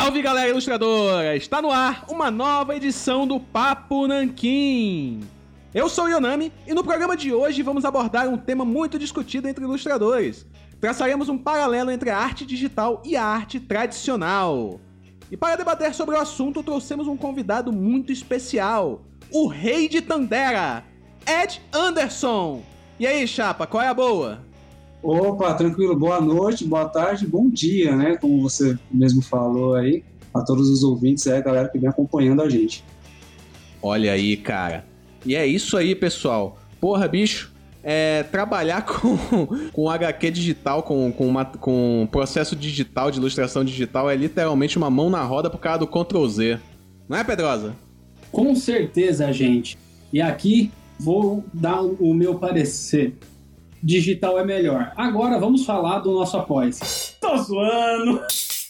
Salve, galera ilustradora! Está no ar uma nova edição do Papo Nanquim. Eu sou o Yonami e no programa de hoje vamos abordar um tema muito discutido entre ilustradores. Traçaremos um paralelo entre a arte digital e a arte tradicional. E para debater sobre o assunto, trouxemos um convidado muito especial, o rei de Tandera, Ed Anderson. E aí, chapa, qual é a boa? Opa, tranquilo, boa noite, boa tarde, bom dia, né? Como você mesmo falou aí, a todos os ouvintes, a galera que vem acompanhando a gente. Olha aí, cara. E é isso aí, pessoal. Porra, bicho, trabalhar com HQ digital, com processo digital, de ilustração digital, é literalmente uma mão na roda por causa do Ctrl+Z. Não é, Pedrosa? Com certeza, gente. E aqui vou dar o meu parecer. Digital é melhor. Agora vamos falar do nosso após. Tô zoando!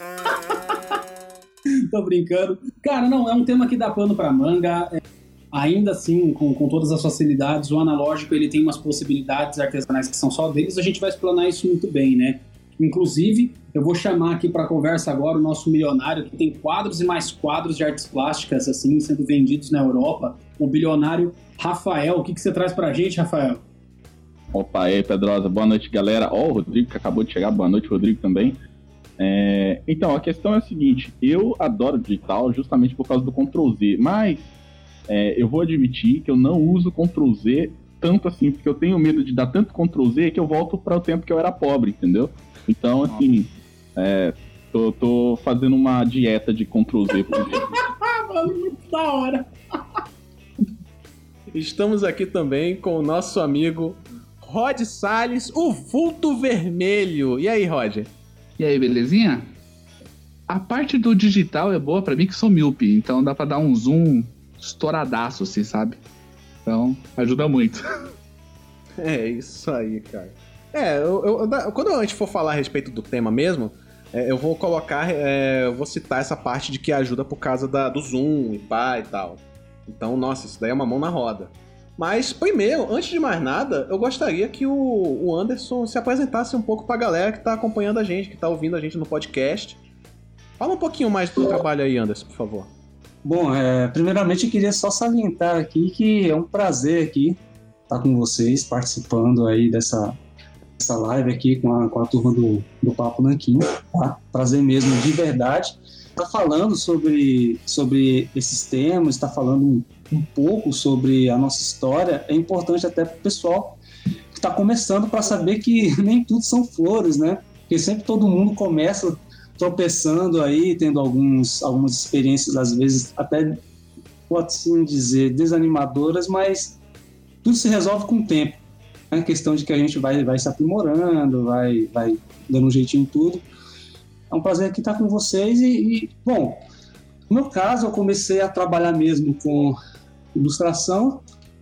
Tô brincando. Cara, não, é um tema que dá pano pra manga. Ainda assim, com todas as facilidades, o analógico ele tem umas possibilidades artesanais que são só deles. A gente vai explanar isso muito bem, né? Inclusive, eu vou chamar aqui pra conversa agora o nosso milionário, que tem quadros e mais quadros de artes plásticas, assim, sendo vendidos na Europa. O bilionário Rafael. O que você traz pra gente, Rafael? Opa, aí, Pedrosa, boa noite, galera. Ó, o Rodrigo que acabou de chegar, boa noite, Rodrigo também. Então, a questão é a seguinte, eu adoro digital justamente por causa do Ctrl+Z, mas eu vou admitir que eu não uso Ctrl+Z tanto assim, porque eu tenho medo de dar tanto Ctrl+Z que eu volto para o tempo que eu era pobre, entendeu? Então, assim, tô fazendo uma dieta de Ctrl+Z por exemplo. Mano, muito da hora! Estamos aqui também com o nosso amigo Rod Salles, o vulto vermelho. E aí, Rod? E aí, belezinha? A parte do digital é boa pra mim que sou míope, então dá pra dar um zoom estouradaço, assim, sabe? Então, ajuda muito. É isso aí, cara. Quando a gente for falar a respeito do tema mesmo, eu vou colocar, eu vou citar essa parte de que ajuda por causa do zoom e pá e tal. Então, nossa, isso daí é uma mão na roda. Mas, primeiro, antes de mais nada, eu gostaria que o Anderson se apresentasse um pouco pra galera que tá acompanhando a gente, que tá ouvindo a gente no podcast. Fala um pouquinho mais do trabalho aí, Anderson, por favor. Bom, primeiramente eu queria só salientar aqui que é um prazer aqui estar com vocês, participando aí dessa live aqui com a turma do Papo Nanquim, tá? Prazer mesmo, de verdade. Tá falando sobre esses temas, está falando um pouco sobre a nossa história, é importante até para o pessoal que está começando para saber que nem tudo são flores, né? Porque sempre todo mundo começa tropeçando aí, tendo algumas experiências, às vezes até, pode-se dizer, desanimadoras, mas tudo se resolve com o tempo. É questão de que a gente vai se aprimorando, vai dando um jeitinho em tudo. É um prazer aqui estar com vocês e, bom, no meu caso, eu comecei a trabalhar mesmo com ilustração,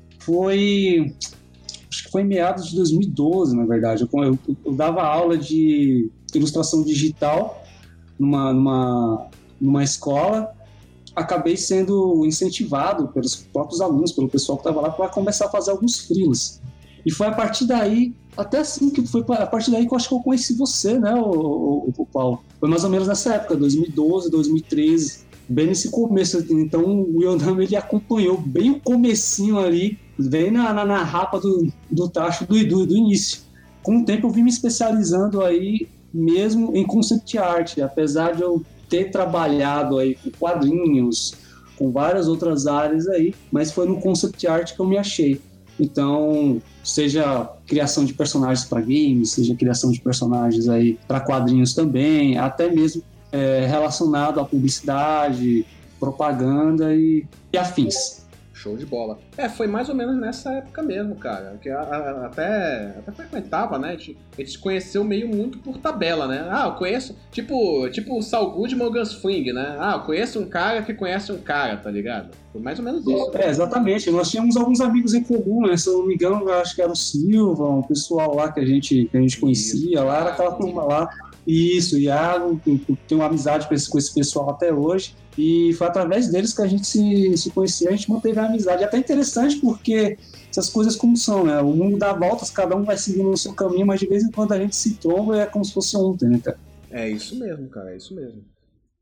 acho que foi em meados de 2012, na verdade. Eu dava aula de ilustração digital numa escola, acabei sendo incentivado pelos próprios alunos, pelo pessoal que estava lá, para começar a fazer alguns freelas. E foi a partir daí, até assim, que foi a partir daí que eu acho que eu conheci você, né, o Paulo? Foi mais ou menos nessa época, 2012, 2013, bem nesse começo. Então o Yonami, ele acompanhou bem o comecinho ali, bem na rapa do tacho do início. Com o tempo eu vim me especializando aí mesmo em concept art, apesar de eu ter trabalhado aí com quadrinhos, com várias outras áreas aí, mas foi no concept art que eu me achei. Então, seja criação de personagens para games, seja criação de personagens aí para quadrinhos também, até mesmo relacionado à publicidade, propaganda e afins. Show de bola. Foi mais ou menos nessa época mesmo, cara. Que até frequentava, né? A gente se conheceu meio muito por tabela, né? Eu conheço, tipo o Saul Goodman ou Gus Fring, né? Eu conheço um cara que conhece um cara, tá ligado? Foi mais ou menos isso. Exatamente. Nós tínhamos alguns amigos em comum, né? Se eu não me engano, eu acho que era o Silva, um pessoal lá que a gente conhecia, lá era aquela turma lá. Isso, Iago, tenho uma amizade com esse pessoal até hoje. E foi através deles que a gente se conhecia, a gente manteve a amizade. É até interessante porque essas coisas como são, né? O mundo dá voltas, cada um vai seguindo o seu caminho, mas de vez em quando a gente se tromba, é como se fosse ontem, né, cara? É isso mesmo, cara, é isso mesmo.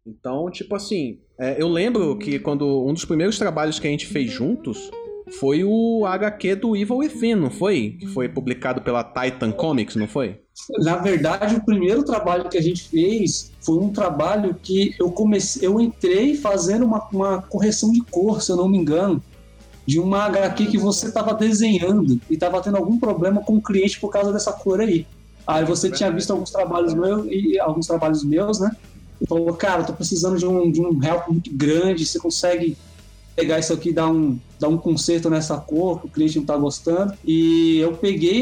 Então, tipo assim, eu lembro que quando um dos primeiros trabalhos que a gente fez juntos foi o HQ do Evil Within, não foi? Que foi publicado pela Titan Comics, não foi? Na verdade, o primeiro trabalho que a gente fez foi um trabalho que eu entrei fazendo uma correção de cor, se eu não me engano, de uma HQ que você estava desenhando e estava tendo algum problema com o cliente por causa dessa cor aí. Aí você tinha visto alguns trabalhos meus, né? E falou, cara, eu tô precisando de um help muito grande, você consegue pegar isso aqui e dar um conserto nessa cor que o cliente não tá gostando. E eu peguei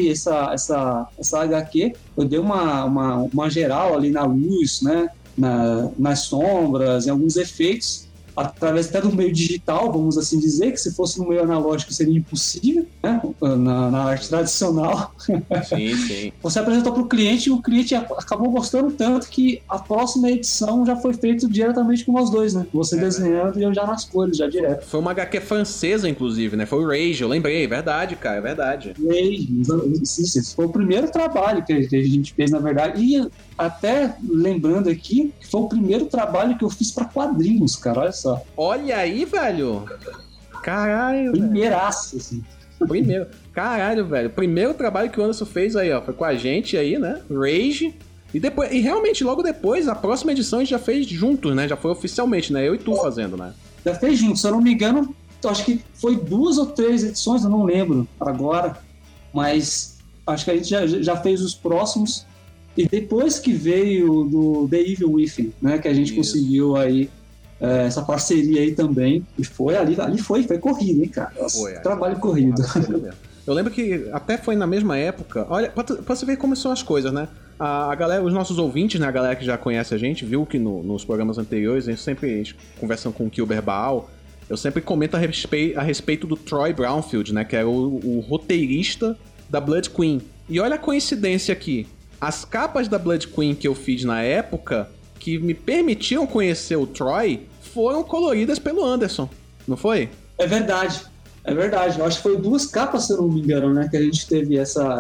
essa HQ, eu dei uma geral ali na luz, né? Nas sombras, em alguns efeitos, através até do meio digital, vamos assim dizer, que se fosse no meio analógico seria impossível, né? Na arte tradicional. Sim. Você apresentou para o cliente e o cliente acabou gostando tanto que a próxima edição já foi feita diretamente com nós dois, né? Você desenhando e eu já nas cores, já direto. Foi uma HQ francesa, inclusive, né? Foi o Rage, eu lembrei, é verdade, cara, é verdade. Rage, esse foi o primeiro trabalho que a gente fez, na verdade, e até lembrando aqui, que foi o primeiro trabalho que eu fiz para quadrinhos, cara, olha só. Olha aí, velho. Caralho, primeiraço, assim. Primeiro. Caralho, velho. Primeiro trabalho que o Anderson fez aí, ó. Foi com a gente aí, né? Rage. E realmente, logo depois, a próxima edição a gente já fez juntos, né? Já foi oficialmente, né? Eu e tu fazendo, né? Já fez juntos, se eu não me engano, acho que foi 2 ou 3 edições, eu não lembro agora. Mas acho que a gente já fez os próximos. E depois que veio do The Evil Within, né? Que a gente conseguiu aí essa parceria aí também. E foi ali foi corrido, hein, cara? Nossa, trabalho corrido. Eu lembro que até foi na mesma época. Olha, pra você ver como são as coisas, né? A galera, os nossos ouvintes, né? A galera que já conhece a gente, viu que nos programas anteriores, a gente sempre conversando com o Kilber Baal, eu sempre comento a respeito do Troy Brownfield, né? Que era o roteirista da Blood Queen. E olha a coincidência aqui. As capas da Blood Queen que eu fiz na época, que me permitiam conhecer o Troy, foram coloridas pelo Anderson, não foi? É verdade. Eu acho que foi 2 capas, se eu não me engano, né? Que a gente teve essa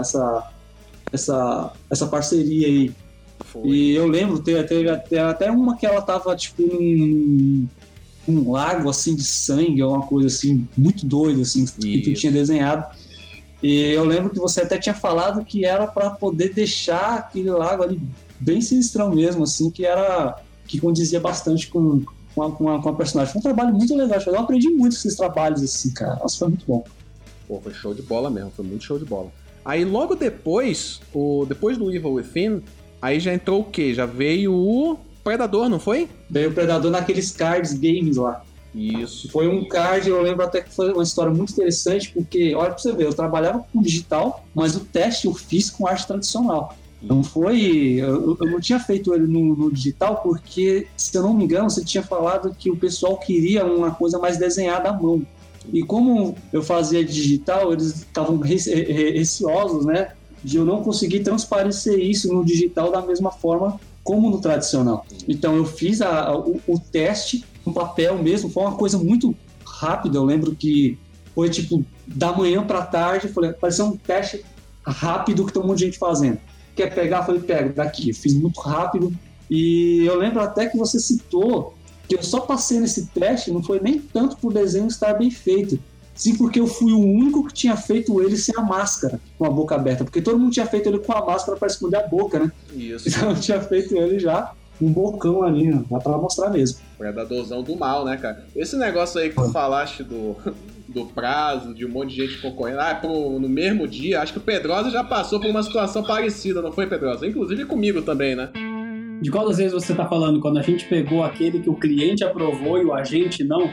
parceria aí. Foi. E eu lembro, teve até uma que ela tava, tipo, num lago, assim, de sangue, ou uma coisa, assim, muito doida, assim, que tu tinha desenhado. E eu lembro que você até tinha falado que era para poder deixar aquele lago ali bem sinistrão mesmo, assim, que condizia bastante com a personagem. Foi um trabalho muito legal, eu aprendi muito com esses trabalhos, assim, cara. Nossa, foi muito bom. Pô, foi show de bola mesmo, foi muito show de bola. Aí logo depois do Evil Within, aí já entrou o quê? Já veio o Predador, não foi? Veio o Predador naqueles cards games lá. Isso. Foi um card, eu lembro até que foi uma história muito interessante, porque, olha pra você ver, eu trabalhava com digital, mas o teste eu fiz com arte tradicional. Não foi... Eu não tinha feito ele no digital, porque, se eu não me engano, você tinha falado que o pessoal queria uma coisa mais desenhada à mão. E como eu fazia digital, eles estavam receosos, né, de eu não conseguir transparecer isso no digital da mesma forma como no tradicional. Então eu fiz o teste no papel mesmo, foi uma coisa muito rápida. Eu lembro que foi tipo da manhã pra tarde, parecia um teste rápido que tem um monte de gente fazendo. Quer pegar? Falei, pego, daqui. Fiz muito rápido. E eu lembro até que você citou que eu só passei nesse teste, não foi nem tanto por desenho estar bem feito, sim porque eu fui o único que tinha feito ele sem a máscara, com a boca aberta, porque todo mundo tinha feito ele com a máscara para esconder a boca, né? Isso. Então eu tinha feito ele já um bocão ali, né? Dá pra mostrar mesmo. Predadorzão do mal, né, cara? Esse negócio aí que tu falaste do prazo, de um monte de gente concorrendo, no mesmo dia, acho que o Pedrosa já passou por uma situação parecida, não foi, Pedrosa? Inclusive comigo também, né? De qual das vezes você tá falando? Quando a gente pegou aquele que o cliente aprovou e o agente não?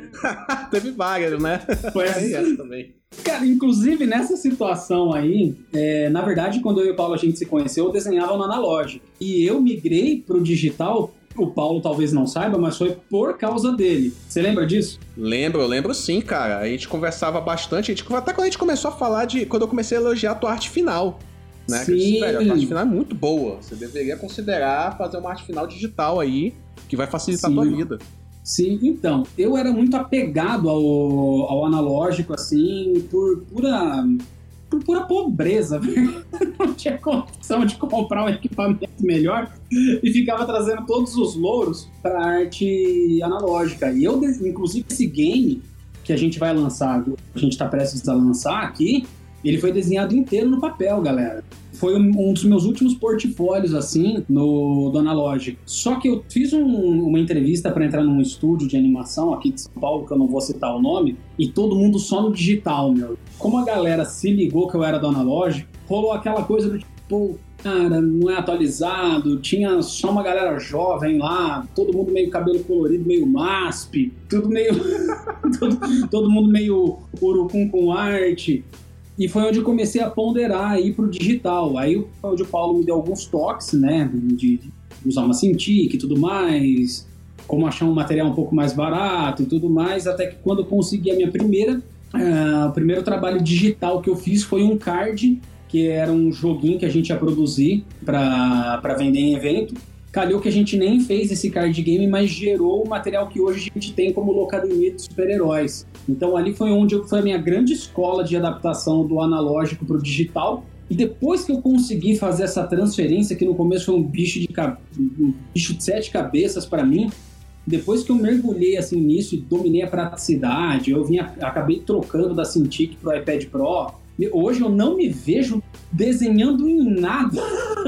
Teve várias, né? Foi assim. Essa também. Cara, inclusive nessa situação aí, na verdade, quando eu e o Paulo a gente se conheceu, eu desenhava no analógico. E eu migrei pro digital, o Paulo talvez não saiba, mas foi por causa dele. Você lembra disso? Lembro sim, cara. A gente conversava bastante, até quando a gente começou a falar quando eu comecei a elogiar a tua arte final. Né? Sim. Disse, velho, a arte final é muito boa. Você deveria considerar fazer uma arte final digital aí, que vai facilitar a tua vida. Sim, então, eu era muito apegado ao analógico, assim, por pura por pura pobreza, não tinha condição de comprar um equipamento melhor e ficava trazendo todos os louros para arte analógica. E eu, inclusive, esse game que a gente vai lançar, a gente está prestes a lançar aqui, ele foi desenhado inteiro no papel, galera. Foi um dos meus últimos portfólios, assim, do analógico. Só que eu fiz uma entrevista para entrar num estúdio de animação aqui de São Paulo, que eu não vou citar o nome, e todo mundo só no digital, meu. Como a galera se ligou que eu era do analógico, rolou aquela coisa do tipo, cara, não é atualizado, tinha só uma galera jovem lá, todo mundo meio cabelo colorido, meio MASP, tudo meio... todo mundo meio urucum com arte... E foi onde eu comecei a ponderar aí pro digital. Aí onde o Paulo me deu alguns toques, né? De usar uma Cintiq e tudo mais, como achar um material um pouco mais barato e tudo mais, até que quando eu consegui a minha o primeiro trabalho digital que eu fiz foi um card, que era um joguinho que a gente ia produzir para vender em evento. Calhou que a gente nem fez esse card game, mas gerou o material que hoje a gente tem como locademia de super-heróis. Então ali foi onde foi a minha grande escola de adaptação do analógico para o digital. E depois que eu consegui fazer essa transferência, que no começo foi um bicho de 7 cabeças para mim, depois que eu mergulhei assim nisso e dominei a praticidade, acabei trocando da Cintiq pro iPad Pro. Hoje eu não me vejo desenhando em nada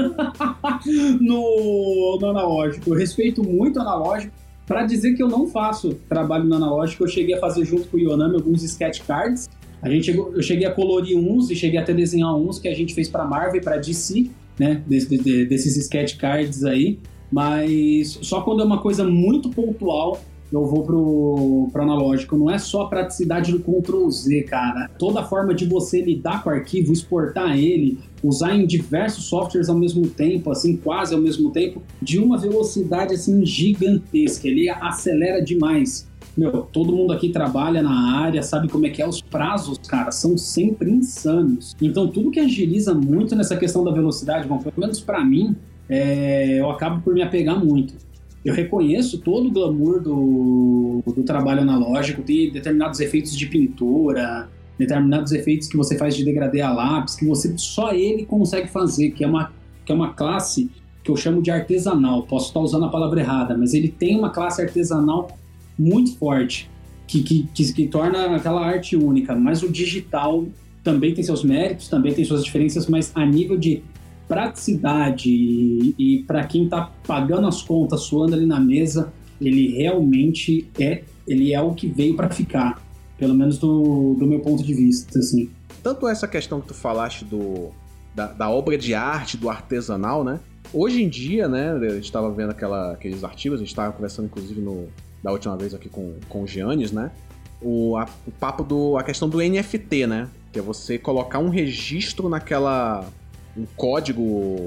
no analógico. Eu respeito muito o analógico. Para dizer que eu não faço trabalho no analógico, eu cheguei a fazer junto com o Yonami alguns sketch cards. Eu cheguei a colorir uns e cheguei até a desenhar uns que a gente fez para Marvel e para DC, né? Desses sketch cards aí. Mas só quando é uma coisa muito pontual eu vou pro analógico. Não é só a praticidade do Ctrl+Z, cara. Toda a forma de você lidar com o arquivo, exportar ele, usar em diversos softwares ao mesmo tempo, assim, quase ao mesmo tempo, de uma velocidade, assim, gigantesca. Ele acelera demais. Meu, todo mundo aqui trabalha na área, sabe como é que é. Os prazos, cara, são sempre insanos. Então, tudo que agiliza muito nessa questão da velocidade, bom, pelo menos pra mim, eu acabo por me apegar muito. Eu reconheço todo o glamour do trabalho analógico, tem determinados efeitos de pintura, determinados efeitos que você faz de degradê a lápis, que só ele consegue fazer, que é uma classe que eu chamo de artesanal. Posso estar usando a palavra errada, mas ele tem uma classe artesanal muito forte, que torna aquela arte única. Mas o digital também tem seus méritos, também tem suas diferenças, mas a nível de praticidade e para quem tá pagando as contas, suando ali na mesa, ele realmente é o que veio para ficar, pelo menos do meu ponto de vista, assim. Tanto essa questão que tu falaste da obra de arte, do artesanal, né? Hoje em dia, né, a gente tava vendo aqueles artigos, a gente tava conversando inclusive da última vez aqui com o Giannis, né? O papo a questão do NFT, né? Que é você colocar um registro um código,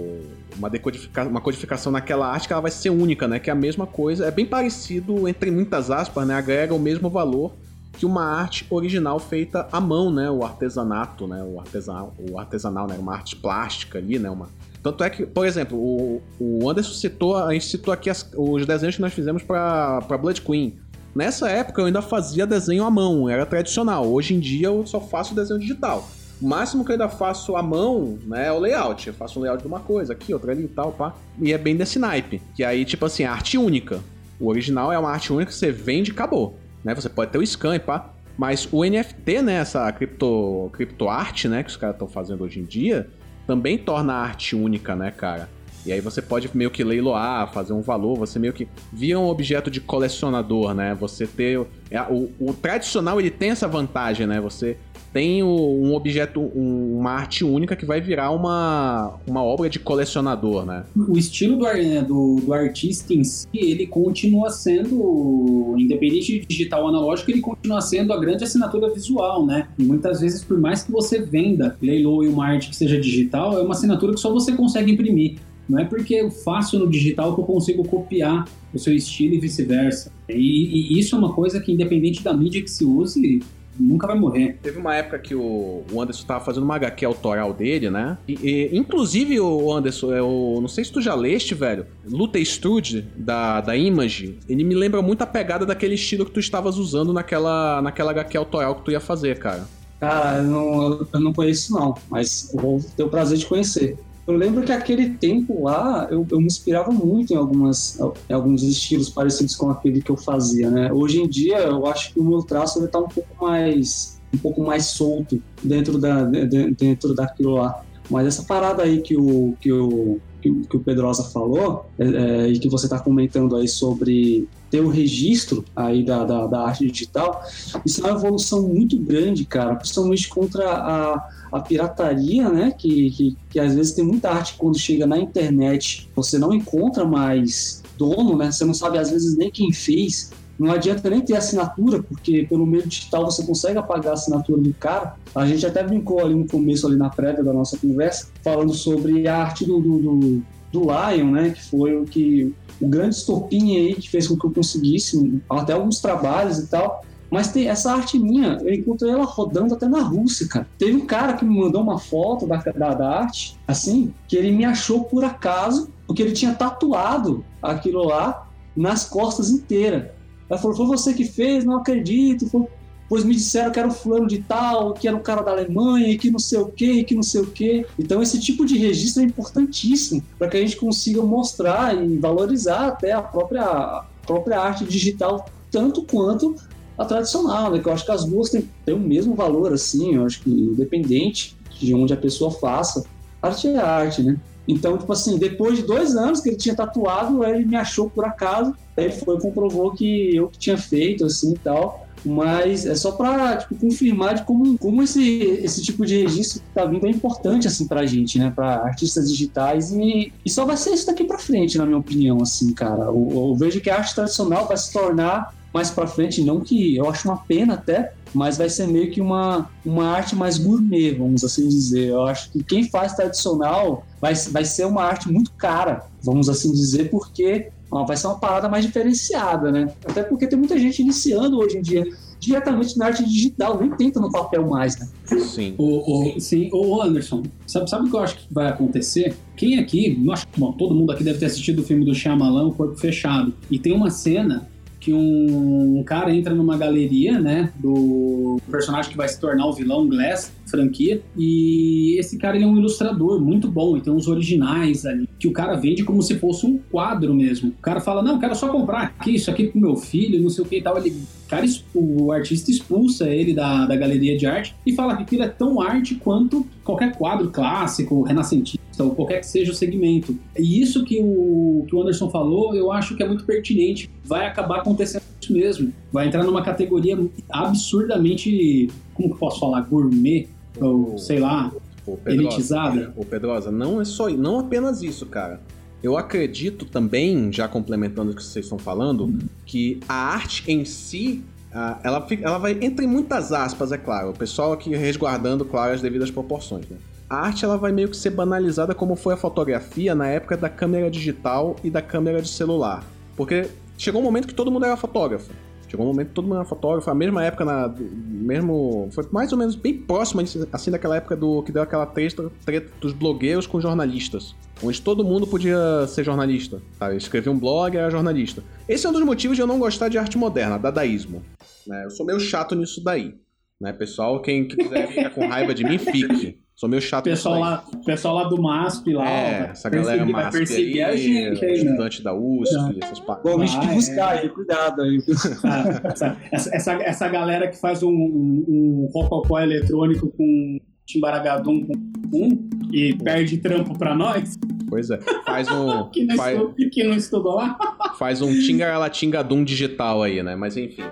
uma codificação naquela arte que ela vai ser única, né? Que é a mesma coisa, é bem parecido, entre muitas aspas, né? Agrega o mesmo valor que uma arte original feita à mão, né? O artesanato, né? O artesanal, né? Uma arte plástica ali, né? Tanto é que, por exemplo, o Anderson a gente citou aqui os desenhos que nós fizemos para Blood Queen. Nessa época eu ainda fazia desenho à mão, era tradicional. Hoje em dia eu só faço desenho digital. O máximo que eu ainda faço à mão, né, é o layout. Eu faço um layout de uma coisa aqui, outra ali e tal, pá. E é bem desse naipe. Que aí, tipo assim, arte única. O original é uma arte única que você vende e acabou. Né? Você pode ter o scan e pá. Mas o NFT, né, essa criptoarte, né, que os caras estão fazendo hoje em dia, também torna a arte única, né, cara? E aí você pode meio que leiloar, fazer um valor, você meio que vira um objeto de colecionador, né? Você ter... O tradicional, ele tem essa vantagem, né? Você tem um objeto, uma arte única que vai virar uma obra de colecionador, né? O estilo do artista em si, ele continua sendo, independente de digital ou analógico, ele continua sendo a grande assinatura visual, né? E muitas vezes, por mais que você venda, leiloe uma arte que seja digital, é uma assinatura que só você consegue imprimir. Não é porque eu faço no digital que eu consigo copiar o seu estilo e vice-versa. E isso é uma coisa que, independente da mídia que se use, nunca vai morrer. Teve uma época que o Anderson tava fazendo uma HQ autoral dele, né? Inclusive, o Anderson, eu não sei se tu já leste, velho, Luta Extrude, da Image, ele me lembra muito a pegada daquele estilo que tu estavas usando naquela HQ autoral que tu ia fazer, cara. Cara, eu não conheço não, mas eu vou ter o prazer de conhecer. Eu lembro que aquele tempo lá, eu me inspirava muito em alguns estilos parecidos com aquele que eu fazia, né? Hoje em dia, eu acho que o meu traço ele tá um pouco mais solto dentro daquilo lá. Mas essa parada aí que o Pedrosa falou, e que você está comentando aí sobre ter o registro aí da arte digital, isso é uma evolução muito grande, cara, principalmente contra a pirataria, né, que às vezes tem muita arte quando chega na internet, você não encontra mais dono, né, você não sabe às vezes nem quem fez. Não adianta nem ter assinatura, porque pelo meio digital você consegue apagar a assinatura do cara. A gente até brincou ali no começo, ali na prévia da nossa conversa, falando sobre a arte do Lion, né? Que foi o grande estopim aí que fez com que eu conseguisse até alguns trabalhos e tal. Mas tem essa arte minha, eu encontrei ela rodando até na Rússia, cara. Teve um cara que me mandou uma foto da arte, assim, que ele me achou por acaso, porque ele tinha tatuado aquilo lá nas costas inteiras. Ela falou, foi você que fez? Não acredito. Pois me disseram que era o fulano de tal, que era um cara da Alemanha, que não sei o quê, que não sei o quê. Então esse tipo de registro é importantíssimo para que a gente consiga mostrar e valorizar até a própria arte digital, tanto quanto a tradicional, né? Que eu acho que as duas têm o mesmo valor, assim. Eu acho que independente de onde a pessoa faça, arte é arte, né? Então, tipo assim, depois de 2 anos que ele tinha tatuado, ele me achou por acaso, ele foi e comprovou que eu que tinha feito, assim, e tal, mas é só pra, tipo, confirmar de como esse tipo de registro que tá vindo é importante, assim, pra gente, né, pra artistas digitais, e só vai ser isso daqui pra frente, na minha opinião, assim, cara. Eu vejo que a arte tradicional vai se tornar mais pra frente, não que eu acho uma pena até, mas vai ser meio que uma arte mais gourmet, vamos assim dizer. Eu acho que quem faz tradicional vai ser uma arte muito cara, vamos assim dizer, porque vai ser uma parada mais diferenciada, né? Até porque tem muita gente iniciando hoje em dia diretamente na arte digital, nem tenta no papel mais, né? Sim. Ô Anderson, sabe o que eu acho que vai acontecer? Quem aqui, todo mundo aqui deve ter assistido o filme do Shyamalan, O Corpo Fechado, e tem uma cena que um cara entra numa galeria, né, do personagem que vai se tornar o vilão Glass, franquia, e esse cara ele é um ilustrador muito bom, e tem uns originais ali, que o cara vende como se fosse um quadro mesmo. O cara fala, não, quero só comprar isso aqui pro meu filho, não sei o que e tal. O artista expulsa ele da galeria de arte e fala que aquilo é tão arte quanto qualquer quadro clássico, renascentista, ou qualquer que seja o segmento. E isso que o Anderson falou, eu acho que é muito pertinente. Vai acabar acontecendo isso mesmo. Vai entrar numa categoria absurdamente, como que eu posso falar, gourmet, ou sei lá, elitizada. Pedrosa, não apenas isso, cara. Eu acredito também, já complementando o que vocês estão falando, que a arte em si, ela vai, entre muitas aspas, é claro, o pessoal aqui resguardando, claro, as devidas proporções, né? A arte ela vai meio que ser banalizada como foi a fotografia na época da câmera digital e da câmera de celular. Porque chegou um momento que todo mundo era fotógrafo. A mesma época, foi mais ou menos bem próximo assim daquela época que deu aquela treta dos blogueiros com jornalistas, onde todo mundo podia ser jornalista, tá? Escrever um blog era jornalista. Esse é um dos motivos de eu não gostar de arte moderna, dadaísmo, né? Eu sou meio chato nisso daí, né? Pessoal, quem quiser ficar com raiva de mim, fique. Sou meio chato nisso daí. Pessoal lá do MASP, lá. Essa galera MASP aí, a gente aí, estudante da USP, essas paradas. Bom, bicho que buscar aí, cuidado aí. Essa galera que faz um rococó eletrônico com timbaragadum e perde trampo pra nós. Pois é. Faz um... que não estudou lá. Faz um tingaratingadum digital aí, né? Mas enfim.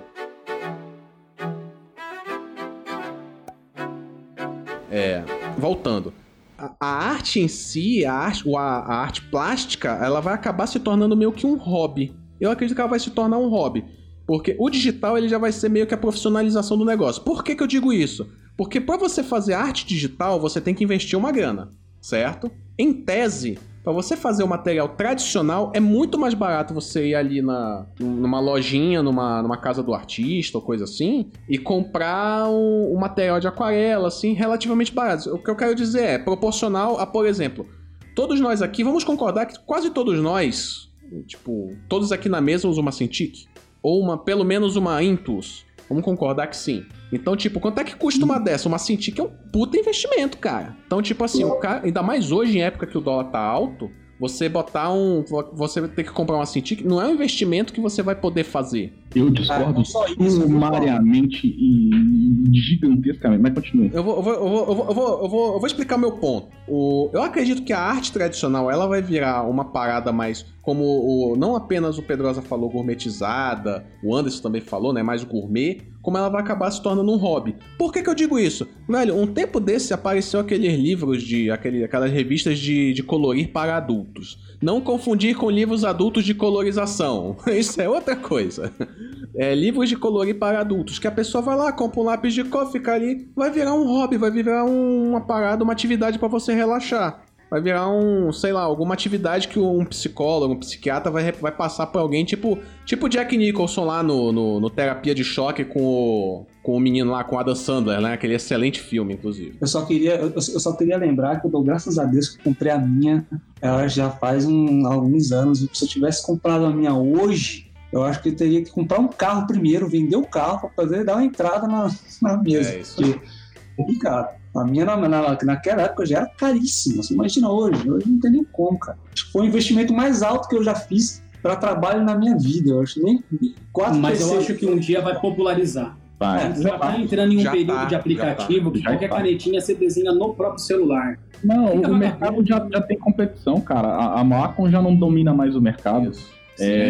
Voltando. A arte em si, a arte plástica, ela vai acabar se tornando meio que um hobby. Eu acredito que ela vai se tornar um hobby. Porque o digital ele já vai ser meio que a profissionalização do negócio. Por que eu digo isso? Porque para você fazer arte digital, você tem que investir uma grana, certo? Em tese, para você fazer o material tradicional, é muito mais barato você ir ali numa lojinha, numa casa do artista ou coisa assim, e comprar um material de aquarela, assim, relativamente barato. O que eu quero dizer é proporcional a, por exemplo, todos nós aqui, vamos concordar que quase todos nós, tipo, todos aqui na mesa usam uma Cintiq, ou pelo menos uma Intuos, Vamos concordar que sim. Então, tipo, quanto é que custa uma dessa? Uma Cintiq é um puta investimento, cara. Então, tipo assim, o cara, ainda mais hoje, em época que o dólar tá alto, você botar você ter que comprar uma Cintiq não é um investimento que você vai poder fazer. Eu discordo sumariamente e gigantescamente, mas continue. Eu vou explicar meu ponto. Eu acredito que a arte tradicional ela vai virar uma parada mais como não apenas o Pedrosa falou, gourmetizada, o Anderson também falou, né, mais gourmet, como ela vai acabar se tornando um hobby. Por que eu digo isso? Velho, um tempo desse apareceu aqueles livros aquelas revistas de colorir para adultos. Não confundir com livros adultos de colorização. Isso é outra coisa. Livros de colorir para adultos, que a pessoa vai lá, compra um lápis de cor, fica ali, vai virar um hobby, vai virar uma parada, uma atividade para você relaxar. Vai virar alguma atividade que um psicólogo, um psiquiatra vai passar pra alguém, tipo Jack Nicholson lá no Terapia de Choque com o menino lá, com o Adam Sandler, né? Aquele excelente filme, inclusive. Eu só queria lembrar que eu dou graças a Deus que eu comprei a minha, ela já faz alguns anos. Se eu tivesse comprado a minha hoje, eu acho que eu teria que comprar um carro primeiro, vender o carro pra poder dar uma entrada na mesa. Isso. Porque é complicado. A minha, naquela época, já era caríssima. Você imagina hoje não tem nem como, cara. Foi o investimento mais alto que eu já fiz para trabalho na minha vida. Eu acho nem Mas eu acho que um dia vai popularizar. Já tá entrando em um período de aplicativo que qualquer canetinha você desenha no próprio celular. Não, o mercado já tem competição, cara. A Wacom já não domina mais o mercado. Isso.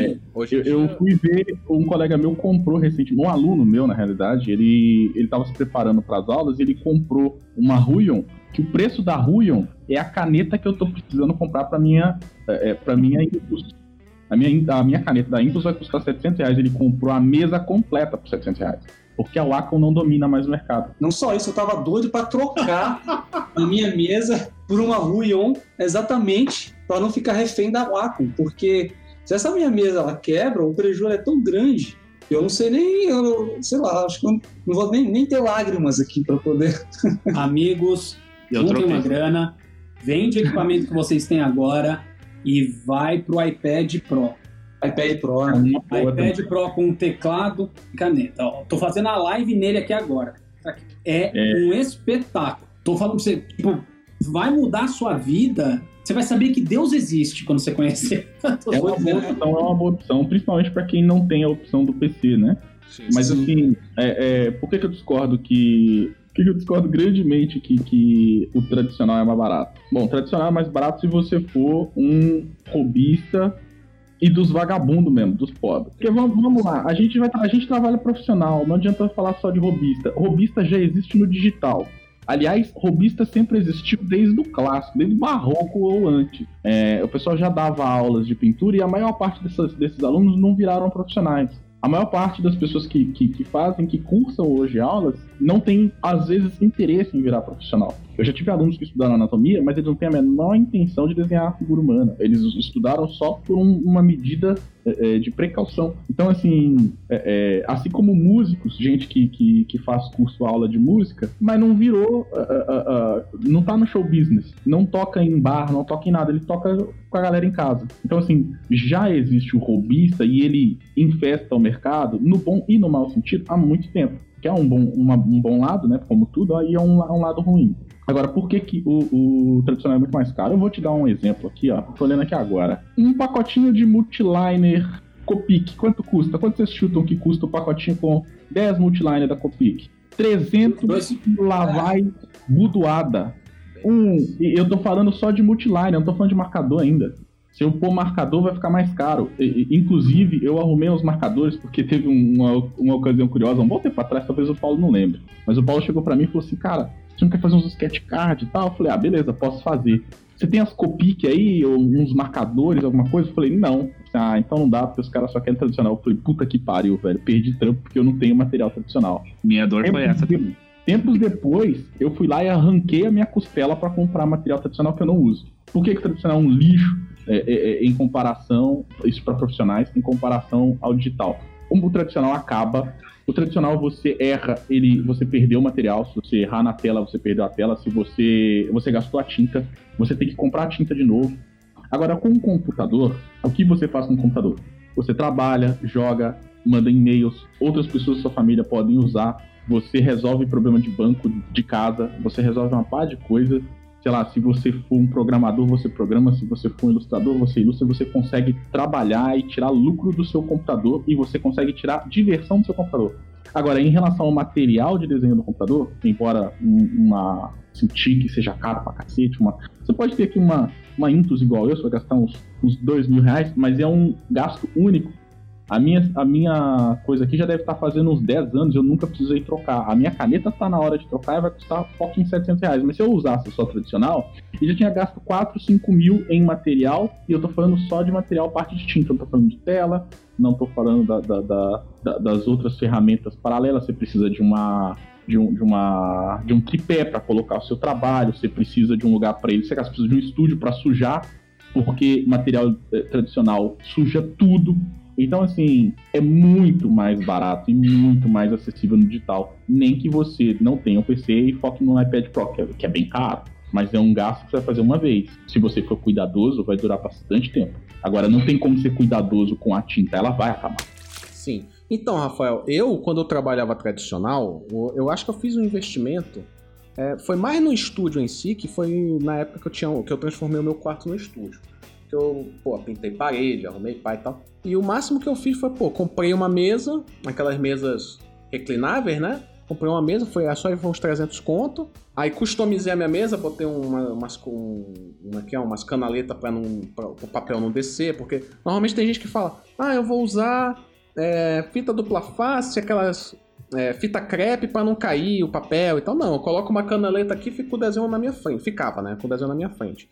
Eu fui ver, um colega meu comprou recentemente, um aluno meu, na realidade, ele estava se preparando para as aulas e ele comprou uma Huion, que o preço da Huion é a caneta que eu estou precisando comprar para minha Impulse. A minha caneta da Impulse vai custar R$700, ele comprou a mesa completa por R$700, porque a Wacom não domina mais o mercado. Não só isso, eu tava doido para trocar a minha mesa por uma Huion, exatamente para não ficar refém da Wacom, porque se essa minha mesa ela quebra, o prejuízo é tão grande, eu não sei sei lá, acho que eu não vou nem ter lágrimas aqui para poder. Amigos, juntem uma grana, vende o equipamento que vocês têm agora e vai pro iPad Pro. iPad Pro, né? iPad Pro com teclado e caneta. Ó, tô fazendo a live nele aqui agora. É um espetáculo. Tô falando pra você, tipo, vai mudar a sua vida. Você vai saber que Deus existe quando você conhecer. É uma boa opção, principalmente para quem não tem a opção do PC, né? Sim, mas assim, por que eu discordo eu discordo grandemente que o tradicional é mais barato? Bom, o tradicional é mais barato se você for um hobbyista e dos vagabundos mesmo, dos pobres. Porque vamos lá, a gente trabalha profissional, não adianta falar só de hobbyista. Hobbyista já existe no digital. Aliás, hobbyista sempre existiu desde o clássico, desde o barroco ou antes. O pessoal já dava aulas de pintura e a maior parte desses alunos não viraram profissionais. A maior parte das pessoas que cursam hoje aulas, não tem, às vezes, interesse em virar profissional. Eu já tive alunos que estudaram anatomia, mas eles não têm a menor intenção de desenhar a figura humana. Eles estudaram só por uma medida de precaução. Então, assim, assim como músicos, gente que faz curso, aula de música, mas não virou, não tá no show business, não toca em bar, não toca em nada, ele toca com a galera em casa. Então, assim, já existe o hobbyista e ele infesta o mercado, no bom e no mau sentido, há muito tempo. Que é um bom lado, né? Como tudo, aí é um lado ruim. Agora, por que o tradicional é muito mais caro? Eu vou te dar um exemplo aqui, ó. Tô olhando aqui agora. Um pacotinho de multiliner Copic, quanto custa? Quanto vocês chutam que custa o pacotinho com 10 multiliner da Copic? 300 lá vai budoada. Eu tô falando só de multiliner, não tô falando de marcador ainda. Se eu pôr marcador, vai ficar mais caro. Inclusive, eu arrumei os marcadores porque teve uma ocasião curiosa, um bom tempo atrás, talvez o Paulo não lembre. Mas o Paulo chegou pra mim e falou assim, cara, você não quer fazer uns sketch card e tal? Eu falei, beleza, posso fazer. Você tem as Copic aí, ou uns marcadores, alguma coisa? Eu falei, não. Então não dá, porque os caras só querem tradicional. Eu falei, puta que pariu, velho, perdi trampo porque eu não tenho material tradicional. Minha dor foi essa também. Tempos depois, eu fui lá e arranquei a minha costela pra comprar material tradicional que eu não uso. Por que o tradicional é um lixo? Em comparação, isso para profissionais, em comparação ao digital. Como o tradicional acaba, o tradicional você erra, você perdeu o material, se você errar na tela, você perdeu a tela, se você gastou a tinta, você tem que comprar a tinta de novo. Agora, com o computador, o que você faz com o computador? Você trabalha, joga, manda e-mails, outras pessoas da sua família podem usar, você resolve problema de banco de casa, você resolve uma par de coisa. Sei lá, se você for um programador, você programa, se você for um ilustrador, você ilustra, você consegue trabalhar e tirar lucro do seu computador e você consegue tirar diversão do seu computador. Agora, em relação ao material de desenho do computador, embora um tique seja caro pra cacete, você pode ter aqui uma Intus igual eu, você vai gastar uns R$2.000, mas é um gasto único. A minha coisa aqui já deve estar fazendo uns 10 anos, eu nunca precisei trocar. A minha caneta tá na hora de trocar e vai custar fucking R$700. Mas se eu usasse só tradicional, eu já tinha gasto 4, 5 mil em material, e eu tô falando só de material parte de tinta. Eu não tô falando de tela, não tô falando das outras ferramentas paralelas. Você precisa de um tripé para colocar o seu trabalho, você precisa de um lugar para ele, você precisa de um estúdio para sujar, porque material tradicional suja tudo. Então, assim, é muito mais barato e muito mais acessível no digital. Nem que você não tenha um PC e foque no iPad Pro, que é bem caro. Mas é um gasto que você vai fazer uma vez. Se você for cuidadoso, vai durar bastante tempo. Agora, não tem como ser cuidadoso com a tinta, ela vai acabar. Sim. Então, Rafael, quando eu trabalhava tradicional, eu acho que eu fiz um investimento. Foi mais no estúdio em si, que foi na época que eu transformei o meu quarto no estúdio. Eu, pintei parede, arrumei pá e tal. E o máximo que eu fiz foi, comprei uma mesa, aquelas mesas reclináveis, né? Comprei uma mesa, foi uns 300 conto. Aí customizei a minha mesa, botei umas canaletas para o papel não descer, porque normalmente tem gente que fala, eu vou usar fita dupla face, aquelas fita crepe para não cair o papel e tal. Não, eu coloco uma canaleta aqui e fica o desenho na minha frente. Ficava, né? Com o desenho na minha frente.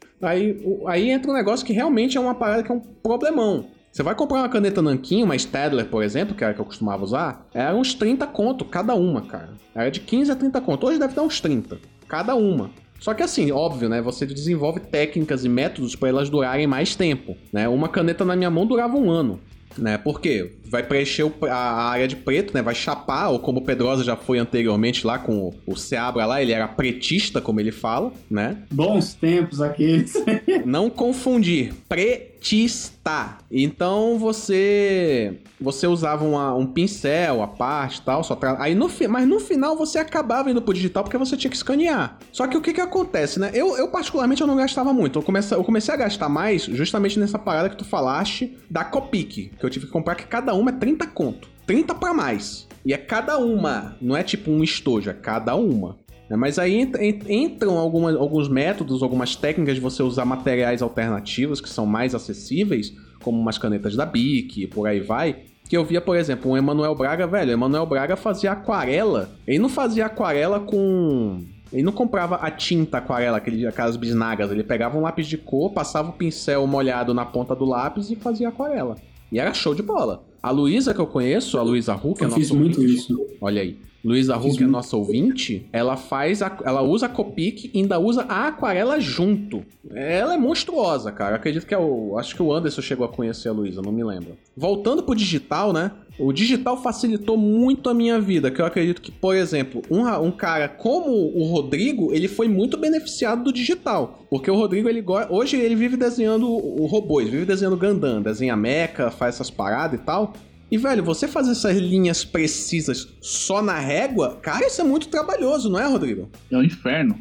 Aí entra um negócio que realmente é uma parada que é um problemão. Você vai comprar uma caneta nanquim, uma Staedtler, por exemplo, que era a que eu costumava usar, era uns 30 conto cada uma, cara. Era de 15 a 30 conto. Hoje deve dar uns 30 cada uma. Só que assim, óbvio, né? Você desenvolve técnicas e métodos para elas durarem mais tempo, né? Uma caneta na minha mão durava 1 ano. Né? Por quê? Vai preencher a área de preto, né? Vai chapar, ou como o Pedrosa já foi anteriormente lá com o Seabra lá, ele era pretista, como ele fala, né? Bons tempos aqueles. Não confundir, pretista. Então você usava um pincel, a parte e tal, mas no final você acabava indo pro digital porque você tinha que escanear. Só que o que acontece, né? Eu particularmente eu não gastava muito. Eu comecei a gastar mais justamente nessa parada que tu falaste da Copic, que eu tive que comprar, que cada uma é 30 conto. 30 pra mais. E é cada uma, não é tipo um estojo, é cada uma. Mas aí entram alguns métodos, algumas técnicas de você usar materiais alternativos que são mais acessíveis, como umas canetas da Bic, por aí vai. Que eu via, por exemplo, o Emanuel Braga, velho. O Emanuel Braga fazia aquarela. Ele não fazia aquarela com... Ele não comprava a tinta aquarela, aquelas bisnagas. Ele pegava um lápis de cor, passava o pincel molhado na ponta do lápis e fazia aquarela. E era show de bola. A Luísa que eu conheço, a Luísa Huck, eu fiz muito isso. Olha aí. Luísa Huck, a nossa ouvinte, ela usa a Copic e ainda usa a aquarela junto. Ela é monstruosa, cara. Eu acredito que acho que o Anderson chegou a conhecer a Luísa, não me lembro. Voltando pro digital, né? O digital facilitou muito a minha vida, que eu acredito que, por exemplo, um cara como o Rodrigo, ele foi muito beneficiado do digital. Porque o Rodrigo, hoje ele vive desenhando robôs, vive desenhando Gundam, desenha mecha, faz essas paradas e tal. E, velho, você fazer essas linhas precisas só na régua, cara, isso é muito trabalhoso, não é, Rodrigo? É um inferno.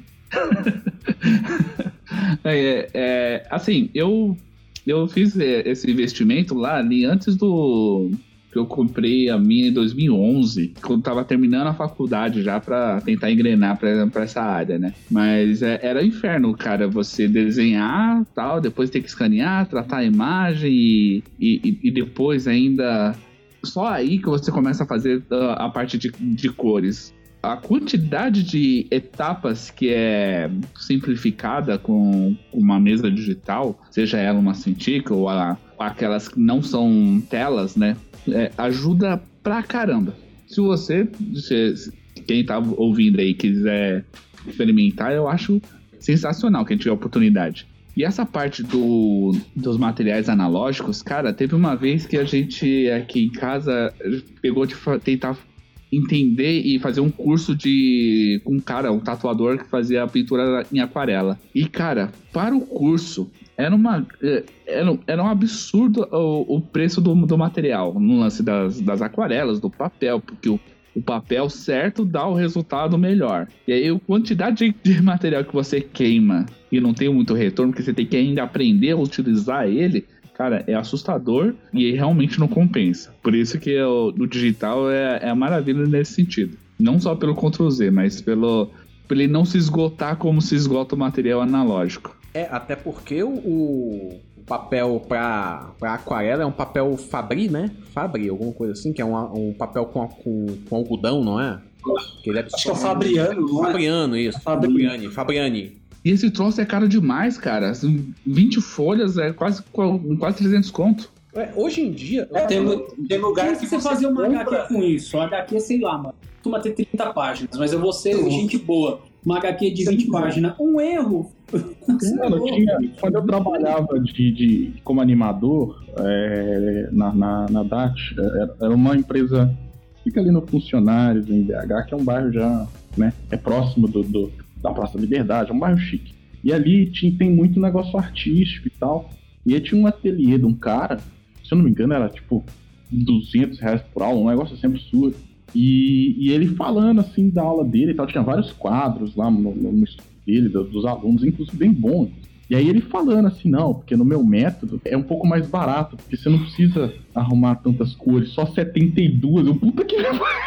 Assim, eu fiz esse investimento lá ali antes que eu comprei a minha em 2011, quando tava terminando a faculdade já pra tentar engrenar pra essa área, né? Mas era inferno, cara, você desenhar tal, depois ter que escanear, tratar a imagem e depois ainda... Só aí que você começa a fazer a parte de cores. A quantidade de etapas que é simplificada com uma mesa digital, seja ela uma Cintiq ou aquelas que não são telas, né? Ajuda pra caramba. Se quem tá ouvindo aí quiser experimentar, eu acho sensacional quem tiver oportunidade. E essa parte dos materiais analógicos, cara, teve uma vez que a gente aqui em casa pegou de tentar entender e fazer um curso com um cara, um tatuador que fazia pintura em aquarela. E, cara, para o curso, era um absurdo o preço do material, no lance das aquarelas, do papel, porque o papel certo dá o resultado melhor. E aí a quantidade de material que você queima e não tem muito retorno, porque você tem que ainda aprender a utilizar ele, cara, é assustador e realmente não compensa. Por isso que no digital é a maravilha nesse sentido. Não só pelo Ctrl+Z, mas por ele não se esgotar como se esgota o material analógico. Até porque o papel pra aquarela é um papel Fabri, né? Fabri, alguma coisa assim, que é um papel com algodão, não é? Que ele acho que é o Fabriano, não é? Fabriano, isso. Fabriani. E esse troço é caro demais, cara. 20 folhas é quase 300 conto. Hoje em dia... Tem lugar que você fazer uma HQ com isso. A HQ, sei lá, mano. Costuma ter 30 páginas, mas eu vou ser gente boa. Uma HQ de 20 páginas. Um erro. Quando eu trabalhava como animador na DAT, era uma empresa... Fica ali no Funcionários, em BH, que é um bairro já... né, é próximo da Praça da Liberdade, é um bairro chique. E ali tem muito negócio artístico e tal. E aí tinha um ateliê de um cara, se eu não me engano, era tipo R$200 por aula, um negócio sempre absurdo. E ele falando assim da aula dele e tal, tinha vários quadros lá no estudo dele, dos alunos, inclusive bem bons. E aí ele falando assim, não, porque no meu método é um pouco mais barato, porque você não precisa arrumar tantas cores, só 72. Eu, puta que...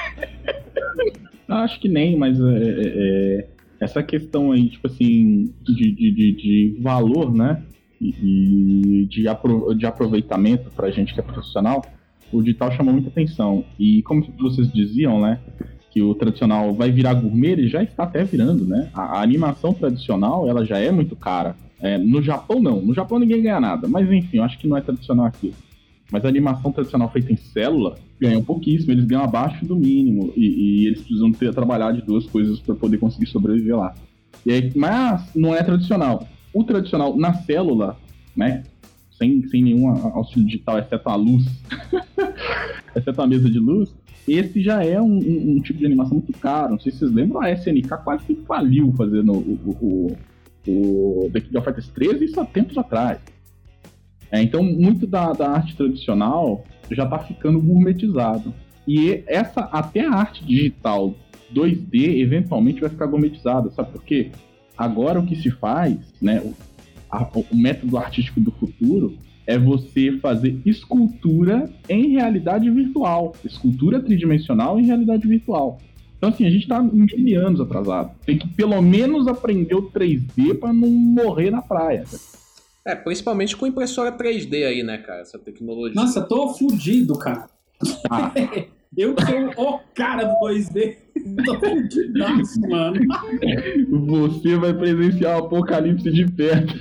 Acho que nem, mas essa questão aí, tipo assim, de valor, né, e de aproveitamento pra gente que é profissional, o digital chamou muita atenção. E como vocês diziam, né, que o tradicional vai virar gourmet, ele já está até virando, né? A animação tradicional, ela já é muito cara. No Japão, não. No Japão ninguém ganha nada. Mas, enfim, eu acho que não é tradicional aqui. Mas a animação tradicional feita em célula ganham pouquíssimo. Eles ganham abaixo do mínimo. E eles precisam trabalhar de duas coisas para poder conseguir sobreviver lá. E aí, mas não é tradicional. O tradicional na célula, né? Sem nenhum auxílio digital, exceto a luz, exceto a mesa de luz, esse já é um tipo de animação muito caro. Não sei se vocês lembram, a SNK quase que faliu fazendo o The King of Fighters 13 isso há tempos atrás. Então, muito da arte tradicional já está ficando gourmetizado. E até a arte digital 2D eventualmente vai ficar gourmetizada. Sabe por quê? Agora o que se faz, né, o método artístico do futuro é você fazer escultura em realidade virtual. Escultura tridimensional em realidade virtual. Então, assim, a gente tá 1000 anos atrasado. Tem que pelo menos aprender o 3D para não morrer na praia. Principalmente com impressora 3D aí, né, cara? Essa tecnologia. Nossa, tô fudido, cara. Eu sou o cara do 2D. Tô fudidaço, mano. Você vai presenciar o apocalipse de perto.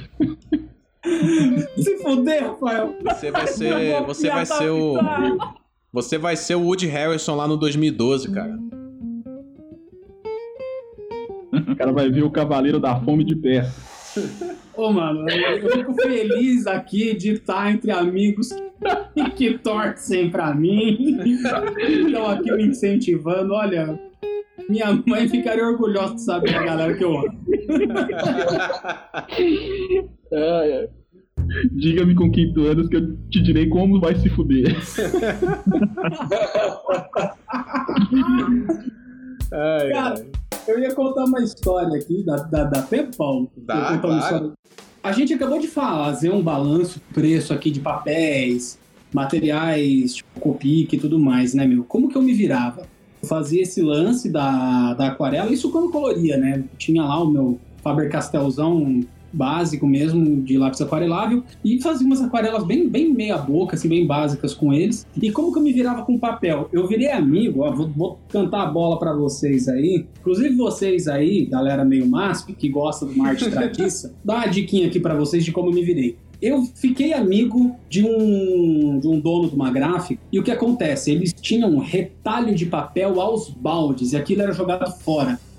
Se fuder, Rafael. Você vai ser o Woody Harrelson lá no 2012, cara. O cara vai ver o Cavaleiro da Fome de perto. Mano, eu fico feliz aqui de estar entre amigos que torcem pra mim. Estão aqui me incentivando. Olha, minha mãe ficaria orgulhosa de saber a galera que eu amo. Diga-me com quem tu andas que eu te direi como vai se fuder. Cara, eu ia contar uma história aqui da PayPal. Claro. A gente acabou de fazer um balanço do preço aqui de papéis, materiais, tipo Copic e tudo mais, né, meu? Como que eu me virava? Eu fazia esse lance da aquarela, isso quando coloria, né? Tinha lá o meu Faber-Castellzão básico mesmo, de lápis aquarelável, e fazia umas aquarelas bem meia boca, assim, bem básicas com eles. E como que eu me virava com papel? Eu virei amigo, vou cantar a bola pra vocês aí, inclusive vocês aí, galera meio MASP, que gosta do arte tradiça, dá uma diquinha aqui pra vocês de como eu me virei. Eu fiquei amigo de um dono de uma gráfica, e o que acontece? Eles tinham um retalho de papel aos baldes, e aquilo era jogado fora.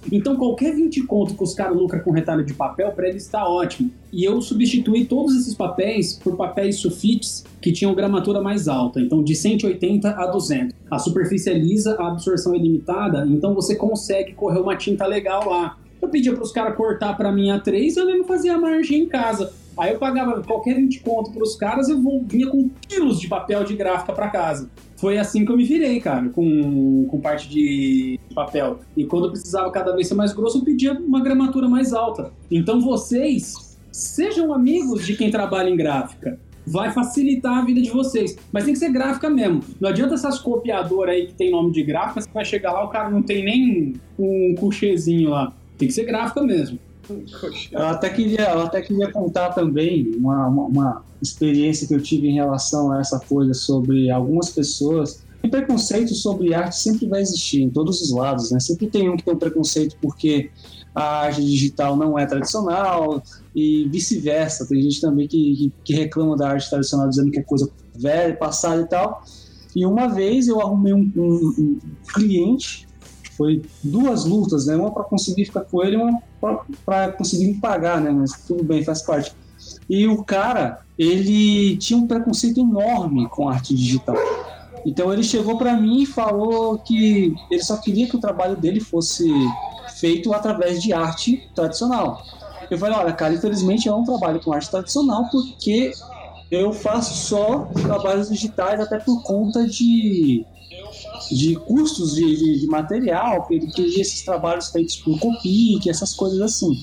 Então qualquer 20 conto que os caras lucram com retalho de papel, para eles está ótimo. E eu substituí todos esses papéis por papéis sulfites que tinham gramatura mais alta, então de 180 a 200. A superfície é lisa, a absorção é limitada, então você consegue correr uma tinta legal lá. Eu pedia para os caras cortar para mim a 3, eu mesmo fazia a margem em casa. Aí eu pagava qualquer 20 conto para os caras, eu vinha com quilos de papel de gráfica para casa. Foi assim que eu me virei, cara, com parte de papel. E quando eu precisava cada vez ser mais grosso, eu pedia uma gramatura mais alta. Então vocês sejam amigos de quem trabalha em gráfica. Vai facilitar a vida de vocês. Mas tem que ser gráfica mesmo. Não adianta essas copiadoras aí que tem nome de gráfica, você vai chegar lá, o cara não tem nem um couchezinho lá. Tem que ser gráfica mesmo. Eu até queria contar também uma experiência que eu tive em relação a essa coisa sobre algumas pessoas. O preconceito sobre arte sempre vai existir em todos os lados, né? Sempre tem um que tem um preconceito porque a arte digital não é tradicional e vice-versa. Tem gente também que reclama da arte tradicional dizendo que é coisa velha, passada e tal. E uma vez eu arrumei um cliente, foi 2 lutas, né? Uma para conseguir ficar com ele e uma para conseguir me pagar, né? Mas tudo bem, faz parte. E o cara, ele tinha um preconceito enorme com arte digital. Então ele chegou para mim e falou que ele só queria que o trabalho dele fosse feito através de arte tradicional. Eu falei, olha, cara, infelizmente eu não trabalho com arte tradicional porque eu faço só trabalhos digitais, até por conta de custos de material, que ele queria esses trabalhos feitos por Copic, essas coisas assim.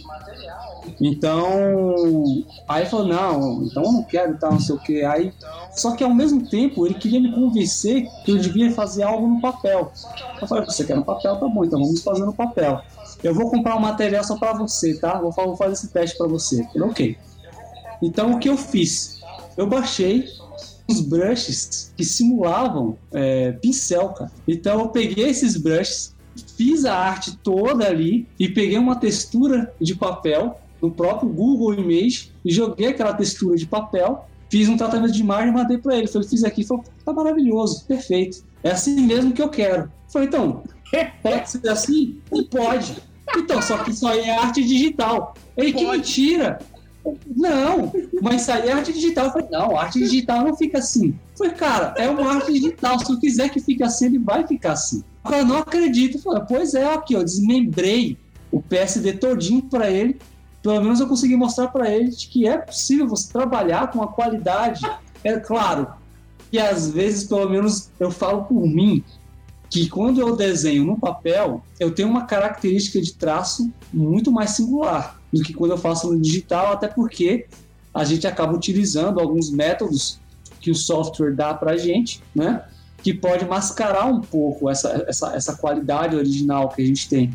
Então, aí falou, não, então eu não quero e tal, não sei o que. Aí, só que ao mesmo tempo ele queria me convencer que eu devia fazer algo no papel. Eu falei, você quer no papel? Tá bom, então vamos fazer no papel. Eu vou comprar um material só pra você, tá? Vou fazer esse teste pra você. Eu falei, ok. Então o que eu fiz? Eu baixei uns brushes que simulavam pincel, cara. Então eu peguei esses brushes, fiz a arte toda ali e peguei uma textura de papel no próprio Google Image e joguei aquela textura de papel, fiz um tratamento de imagem e mandei pra ele. Falei, fiz aqui, falei, tá maravilhoso, perfeito. É assim mesmo que eu quero. Falei, então, pode ser assim? Não pode. Então, só que isso aí é arte digital. Ele, que mentira! Não, mas isso aí é arte digital. Eu falei, não, arte digital não fica assim. Eu falei, cara, é uma arte digital. Se eu quiser que fique assim, ele vai ficar assim. O cara não acredita. Eu falei, pois é, aqui, eu desmembrei o PSD todinho para ele. Pelo menos eu consegui mostrar para ele de que é possível você trabalhar com a qualidade. É claro que às vezes, pelo menos eu falo por mim, que quando eu desenho no papel, eu tenho uma característica de traço muito mais singular do que quando eu faço no digital, até porque a gente acaba utilizando alguns métodos que o software dá pra gente, né? Que pode mascarar um pouco essa qualidade original que a gente tem.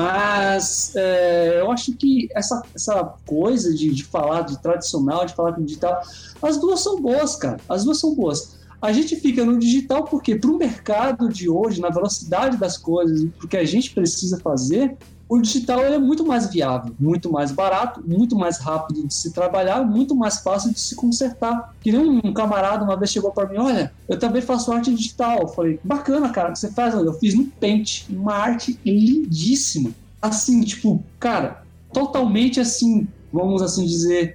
Mas eu acho que essa coisa de falar de tradicional, de falar de digital, as duas são boas, cara. As duas são boas. A gente fica no digital porque para o mercado de hoje, na velocidade das coisas, porque a gente precisa fazer, o digital é muito mais viável, muito mais barato, muito mais rápido de se trabalhar, muito mais fácil de se consertar. Que nem um camarada uma vez chegou para mim, olha, eu também faço arte digital. Eu falei, bacana, cara, o que você faz? Eu fiz no Paint, uma arte lindíssima. Assim, tipo, cara, totalmente assim, vamos assim dizer,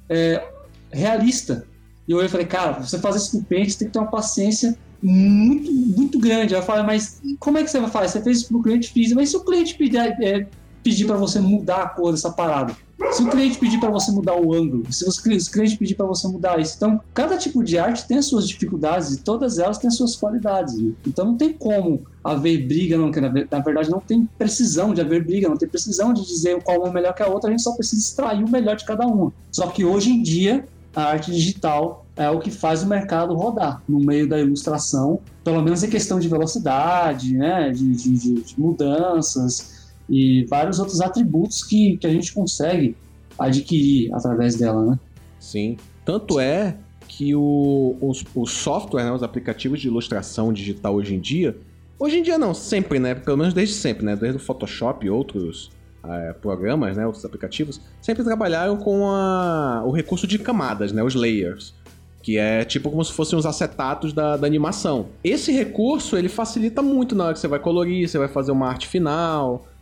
realista. E eu falei, cara, você fazer isso no Paint, você tem que ter uma paciência muito, muito grande. Eu falei, mas como é que você vai fazer? Você fez isso pro cliente, fiz, mas se o cliente pedir para você mudar a cor dessa parada? Se o cliente pedir para você mudar o ângulo? Se o cliente pedir para você mudar isso? Então, cada tipo de arte tem as suas dificuldades e todas elas têm as suas qualidades. Né? Então, não tem como haver briga, não, na verdade, não tem precisão de haver briga, não tem precisão de dizer qual é melhor que a outra, a gente só precisa extrair o melhor de cada uma. Só que hoje em dia, a arte digital é o que faz o mercado rodar no meio da ilustração, pelo menos em questão de velocidade, né, de mudanças e vários outros atributos que a gente consegue adquirir através dela, né? Sim, tanto é que os softwares, né, os aplicativos de ilustração digital hoje em dia não, sempre, né, pelo menos desde sempre, né, desde o Photoshop e outros programas, né, outros aplicativos, sempre trabalharam com o recurso de camadas, né, os layers, que é tipo como se fossem os acetatos da animação. Esse recurso, ele facilita muito na hora que você vai colorir, você vai fazer uma arte final,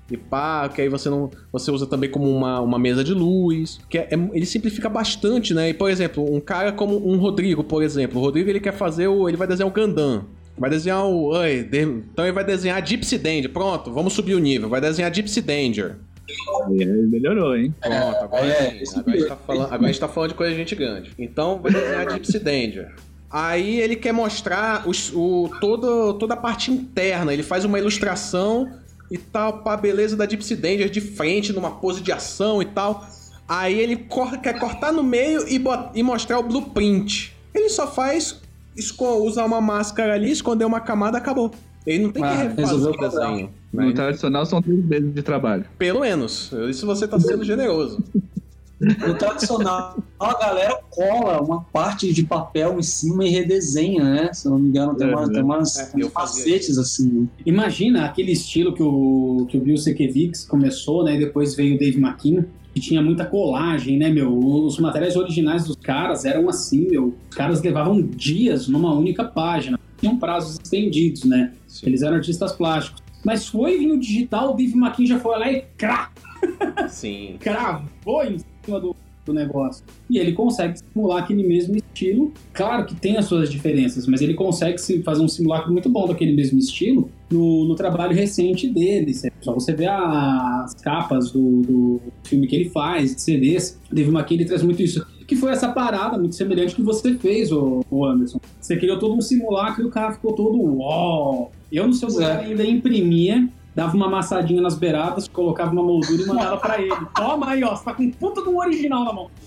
e pá, que aí você usa também como uma mesa de luz, que ele simplifica bastante, né? E, por exemplo, um cara como um Rodrigo, por exemplo. O Rodrigo, ele quer fazer ele vai desenhar o Gundam. Vai desenhar então ele vai desenhar Gypsy Danger. Pronto, vamos subir o nível. Vai desenhar Gypsy Danger. Melhorou, hein? Pronto, agora a gente tá falando de coisa de gente grande. Então vai desenhar Gypsy Danger. Aí ele quer mostrar toda a parte interna. Ele faz uma ilustração e tal, pra beleza da Gypsy Danger de frente, numa pose de ação e tal. Aí ele quer cortar no meio e mostrar o blueprint. Ele só faz usar uma máscara ali, esconder uma camada, acabou. Ele não tem que refazer o desenho. No tradicional são 3 meses de trabalho. Pelo menos. Isso você tá sendo generoso. No tradicional, a galera cola uma parte de papel em cima e redesenha, né? Se eu não me engano, tem umas facetes assim. Né? Imagina aquele estilo que o Bill Sienkiewicz começou, né? E depois veio o Dave McKean, que tinha muita colagem, né, meu? Os materiais originais dos caras eram assim, meu. Os caras levavam dias numa única página. Tinham prazos estendidos, né? Sim. Eles eram artistas plásticos. Mas foi vir no digital, o Dave McKean já foi lá e Sim. Cravou em cima do negócio. E ele consegue simular aquele mesmo estilo. Claro que tem as suas diferenças, mas ele consegue fazer um simulacro muito bom daquele mesmo estilo no trabalho recente dele. Só você vê as capas do filme que ele faz, de CDs. Dave McKean, ele traz muito isso. Que foi essa parada muito semelhante que você fez, ô Anderson. Você criou todo um simulacro e o cara ficou todo uau. Eu, no seu lugar, ainda imprimia, dava uma amassadinha nas beiradas, colocava uma moldura e mandava pra ele. Toma aí, ó, você tá com puta do original na mão.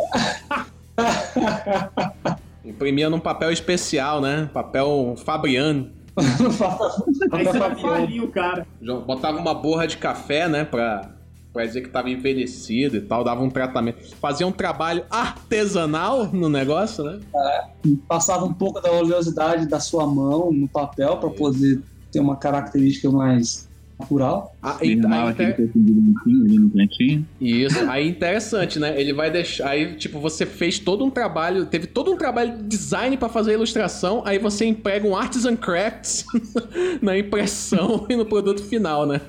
Imprimia num papel especial, né? Papel Fabriano. Aí você vai falir o cara. Botava uma borra de café, né? Pra dizer que tava envelhecido e tal, dava um tratamento. Fazia um trabalho artesanal no negócio, né? Passava um pouco da oleosidade da sua mão no papel pra poder ter uma característica mais natural. Ali no cantinho. Isso, aí interessante, né? Ele vai deixar. Aí, tipo, você fez todo um trabalho, teve todo um trabalho de design pra fazer a ilustração, aí você emprega um Artisan Crafts na impressão e no produto final, né?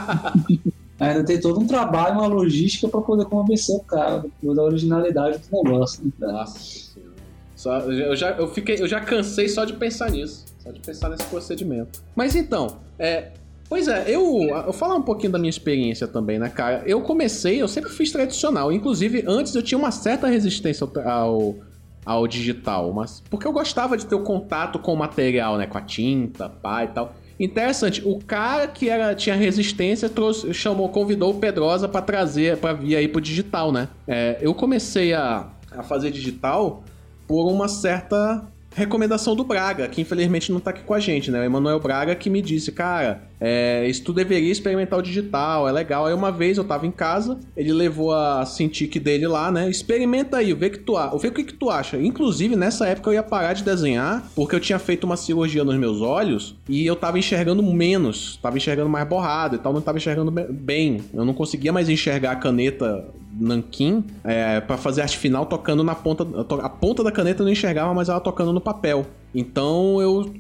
Ainda tem todo um trabalho, uma logística pra poder convencer o cara da originalidade do negócio. Né? Nossa. Eu já cansei só de pensar nisso. Só de pensar nesse procedimento. Mas então, pois é, eu falar um pouquinho da minha experiência também, né, cara? Eu sempre fiz tradicional. Inclusive, antes eu tinha uma certa resistência ao digital, mas porque eu gostava de ter o contato com o material, né? Com a tinta, pá e tal. Interessante, o cara que tinha resistência convidou o Pedrosa pra vir aí pro digital, né? Eu comecei a fazer digital por uma certa recomendação do Braga, que infelizmente não tá aqui com a gente, né? O Emanuel Braga que me disse, cara, isso tu deveria experimentar o digital, é legal. Aí uma vez eu tava em casa, ele levou a Cintiq dele lá, né? Experimenta aí, vê o que tu acha. Inclusive, nessa época eu ia parar de desenhar, porque eu tinha feito uma cirurgia nos meus olhos e eu tava enxergando menos, tava enxergando mais borrado e tal, não tava enxergando bem. Eu não conseguia mais enxergar a caneta nanquim pra fazer arte final tocando na ponta. A ponta da caneta eu não enxergava, mas ela tocando no papel. Então eu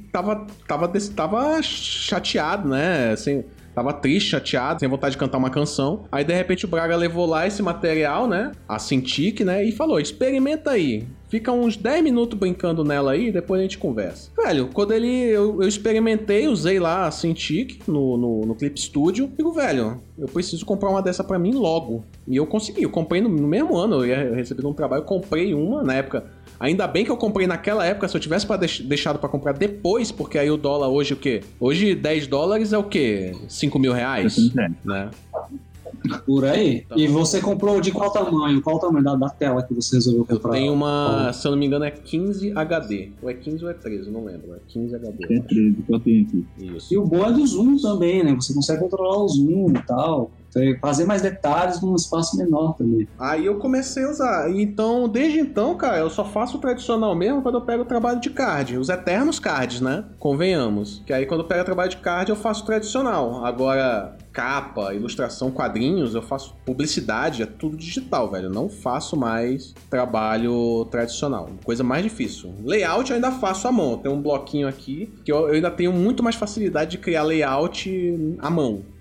tava chateado, né? Assim, tava triste, chateado, sem vontade de cantar uma canção. Aí de repente o Braga levou lá esse material, né? A Cintiq, né? E falou: experimenta aí. Fica uns 10 minutos brincando nela aí e depois a gente conversa. Velho, quando eu experimentei, usei lá a Cintiq no Clip Studio. Digo, velho, eu preciso comprar uma dessa pra mim logo. E eu consegui, eu comprei no mesmo ano. Eu recebi um trabalho, eu comprei uma na época. Ainda bem que eu comprei naquela época, se eu tivesse deixado pra comprar depois, porque aí o dólar hoje o quê? Hoje $10 é o quê? 5 mil reais, né? Por aí. Então, e você comprou de qual tamanho? Qual o tamanho da tela que você resolveu comprar? Eu tenho uma, se eu não me engano, é 15 HD. Ou é 15 ou é 13, não lembro. É 15 HD. É 13, eu tenho aqui. Isso. E o bom é do zoom também, né? Você consegue controlar o zoom e tal. Fazer mais detalhes num espaço menor também. Aí eu comecei a usar. Então, desde então, cara, eu só faço o tradicional mesmo quando eu pego o trabalho de card. Os eternos cards, né? Convenhamos. Que aí quando eu pego o trabalho de card, eu faço o tradicional. Agora, capa, ilustração, quadrinhos, eu faço publicidade, é tudo digital, velho. Eu não faço mais trabalho tradicional. Coisa mais difícil. Layout eu ainda faço à mão. Tem um bloquinho aqui que eu ainda tenho muito mais facilidade de criar layout à mão.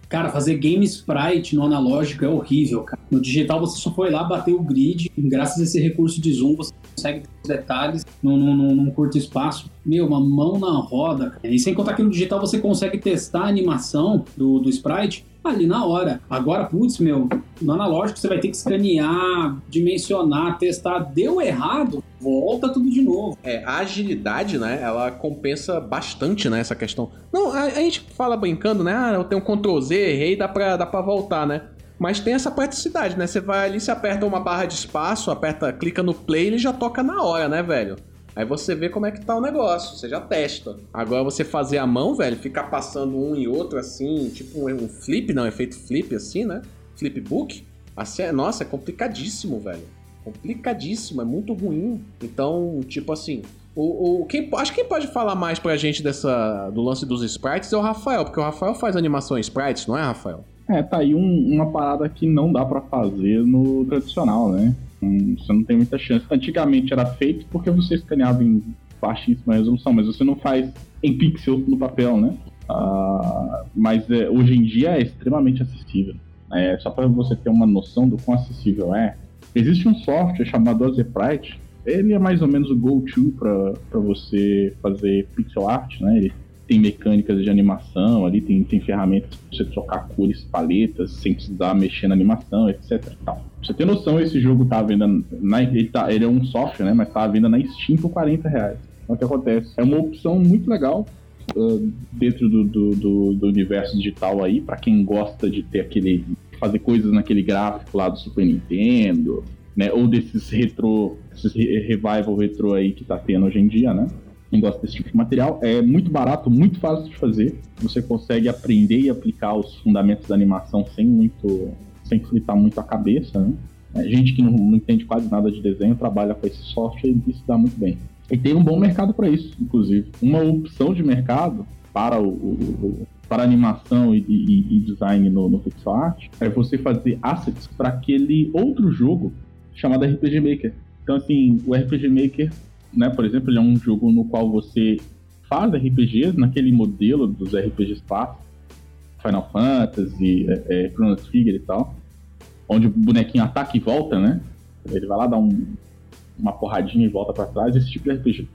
Cara, fazer game sprite no analógico é horrível, cara. No digital você só foi lá, bateu o grid, graças a esse recurso de zoom você consegue ter os detalhes num curto espaço. Meu, uma mão na roda, cara. E sem contar que no digital você consegue testar a animação do sprite ali na hora. Agora, putz, meu, no analógico você vai ter que escanear, dimensionar, testar. Deu errado, volta tudo de novo. A agilidade, né, ela compensa bastante, né, essa questão. Não, a gente fala brincando, né, eu tenho um Ctrl-Z, errei, dá pra voltar, né. Mas tem essa praticidade, né, você vai ali, você aperta uma barra de espaço, clica no play, ele já toca na hora, né, velho. Aí você vê como é que tá o negócio, você já testa. Agora você fazer a mão, velho, ficar passando um e outro assim, tipo um flip, não, efeito flip assim, né? Flipbook. Assim, nossa, é complicadíssimo, velho. Complicadíssimo, é muito ruim. Então, tipo assim, acho que quem pode falar mais pra gente do lance dos sprites é o Rafael, porque o Rafael faz animação em sprites, não é, Rafael? Tá aí uma parada que não dá pra fazer no tradicional, né? Você não tem muita chance. Antigamente era feito porque você escaneava em baixíssima resolução, mas você não faz em pixel no papel, né? Mas hoje em dia é extremamente acessível. Só para você ter uma noção do quão acessível é. Existe um software chamado Azeprite. Ele é mais ou menos o go-to para você fazer pixel art, né? Ele tem mecânicas de animação, ali tem ferramentas para você trocar cores, paletas, sem precisar mexer na animação, etc. Pra você ter noção, esse jogo tá à venda ele é um software, né? Mas tá à venda na Steam por R$40. Então o que acontece? É uma opção muito legal dentro do universo digital aí, para quem gosta de ter fazer coisas naquele gráfico lá do Super Nintendo, né? Ou desses revival retro aí que tá tendo hoje em dia, né? Quem gosta desse tipo de material, é muito barato, muito fácil de fazer. Você consegue aprender e aplicar os fundamentos da animação sem fritar muito a cabeça, né? Gente que não entende quase nada de desenho trabalha com esse software e se dá muito bem. E tem um bom mercado para isso, inclusive. Uma opção de mercado para para animação e design no pixel art é você fazer assets para aquele outro jogo chamado RPG Maker. Então, assim, o RPG Maker, né, por exemplo, ele é um jogo no qual você faz RPGs naquele modelo dos RPGs clássicos, Final Fantasy, Chrono Trigger e tal, onde o bonequinho ataca e volta, né? Ele vai lá dar uma porradinha e volta pra trás, esse tipo de RPG.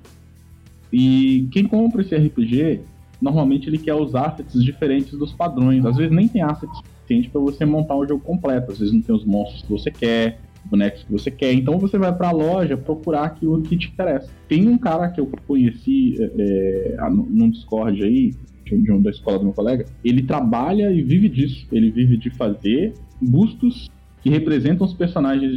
E quem compra esse RPG, normalmente ele quer os assets diferentes dos padrões. Às vezes nem tem assets suficiente para você montar um jogo completo. Às vezes não tem os monstros que você quer, bonecos que você quer, então você vai pra loja procurar aquilo que te interessa. Tem um cara que eu conheci num Discord aí, da escola do meu colega, ele trabalha e vive disso, ele vive de fazer bustos que representam os personagens de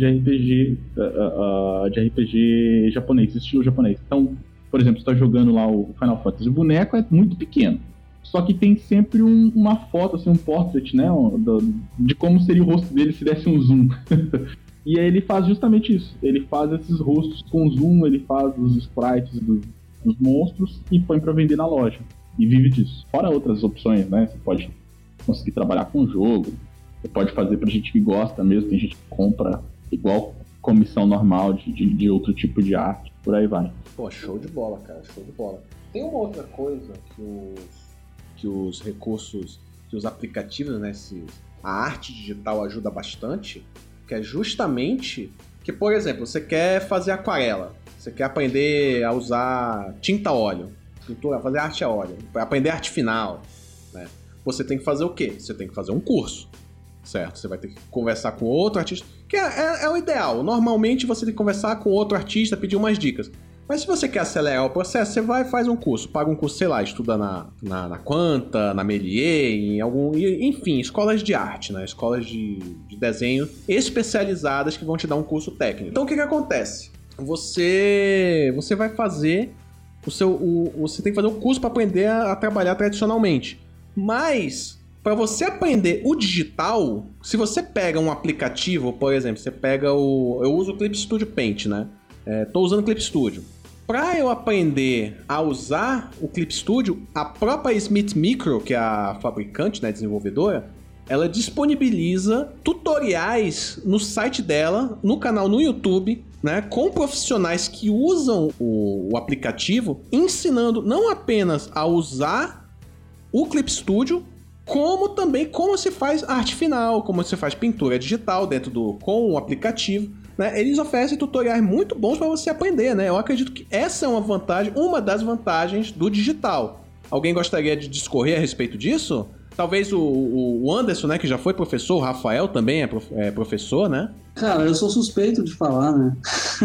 RPG japonês, estilo japonês. Então, por exemplo, você tá jogando lá o Final Fantasy, o boneco é muito pequeno, só que tem sempre uma foto, assim, um portrait, né, de como seria o rosto dele se desse um zoom. E aí ele faz justamente isso. Ele faz esses rostos com zoom, ele faz os sprites dos monstros e põe pra vender na loja. E vive disso. Fora outras opções, né? Você pode conseguir trabalhar com o jogo. Você pode fazer pra gente que gosta mesmo. Tem gente que compra igual comissão normal de outro tipo de arte. Por aí vai. Pô, show de bola, cara. Show de bola. Tem uma outra coisa que os recursos, que os aplicativos, né? A arte digital ajuda bastante, que é justamente que, por exemplo, você quer fazer aquarela, você quer aprender a usar tinta a óleo, pintura, fazer arte a óleo, aprender arte final, né? Você tem que fazer o quê? Você tem que fazer um curso, certo? Você vai ter que conversar com outro artista, que é o ideal. Normalmente você tem que conversar com outro artista, pedir umas dicas. Mas se você quer acelerar o processo, você vai e faz um curso. Paga um curso, sei lá, estuda na Quanta, na Melier, enfim, escolas de arte, né? Escolas de desenho especializadas que vão te dar um curso técnico. Então o que acontece? Você vai fazer você tem que fazer um curso para aprender a trabalhar tradicionalmente. Mas para você aprender o digital, se você pega um aplicativo, por exemplo, você pega eu uso o Clip Studio Paint, né? Tô usando o Clip Studio. Para eu aprender a usar o Clip Studio, a própria Smith Micro, que é a fabricante, né, desenvolvedora, ela disponibiliza tutoriais no site dela, no canal no YouTube, né, com profissionais que usam o aplicativo, ensinando não apenas a usar o Clip Studio, como também como se faz arte final, como se faz pintura digital com o aplicativo, né? Eles oferecem tutoriais muito bons para você aprender, né? Eu acredito que essa é uma das vantagens do digital. Alguém gostaria de discorrer a respeito disso? Talvez o Anderson, né, que já foi professor, o Rafael também é professor, né? Cara, eu sou suspeito de falar, né?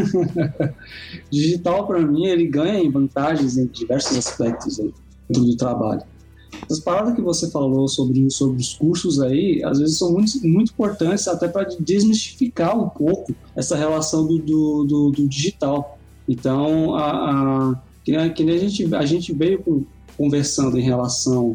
Digital, para mim, ele ganha em vantagens em diversos aspectos aí, dentro do trabalho. As paradas que você falou sobre os cursos aí, às vezes são muito, muito importantes até para desmistificar um pouco essa relação do digital. Então, que a gente veio conversando em relação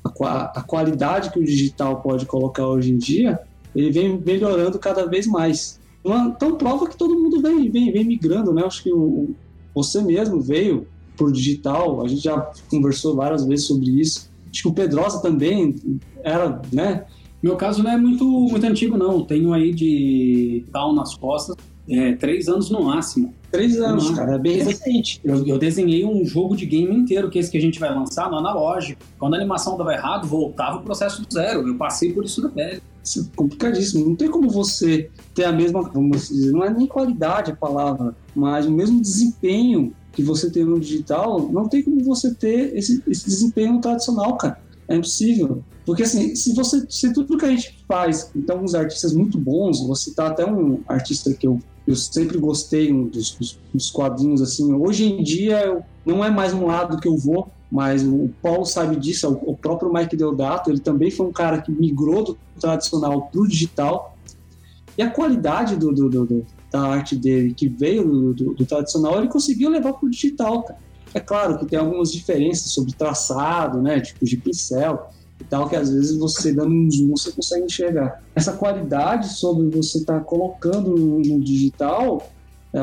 à qualidade que o digital pode colocar hoje em dia, ele vem melhorando cada vez mais. Então prova que todo mundo vem migrando, né? Acho que você mesmo veio por digital, a gente já conversou várias vezes sobre isso. Acho que o Pedrosa também era, né? Meu caso não é muito antigo, não. Tenho aí de tal nas costas, 3 anos no máximo. 3 anos, cara, é bem recente. Eu desenhei um jogo de game inteiro, que é esse que a gente vai lançar no analógico. Quando a animação dava errado, voltava o processo do zero. Eu passei por isso na pele. Isso é complicadíssimo. Não tem como você ter a mesma, vamos dizer, não é nem qualidade a palavra, mas o mesmo desempenho que você tem no digital, não tem como você ter esse desempenho no tradicional, cara. É impossível. Porque assim, se tudo que a gente faz, então alguns artistas muito bons, vou citar até um artista que eu sempre gostei dos quadrinhos, assim, hoje em dia não é mais um lado que eu vou, mas o Paulo sabe disso, o próprio Mike Deodato, ele também foi um cara que migrou do tradicional pro digital, e a qualidade da arte dele, que veio do tradicional, ele conseguiu levar pro digital, cara. É claro que tem algumas diferenças sobre traçado, né, tipo de pincel e tal, que às vezes você dando um zoom você consegue enxergar. Essa qualidade sobre você estar colocando no digital,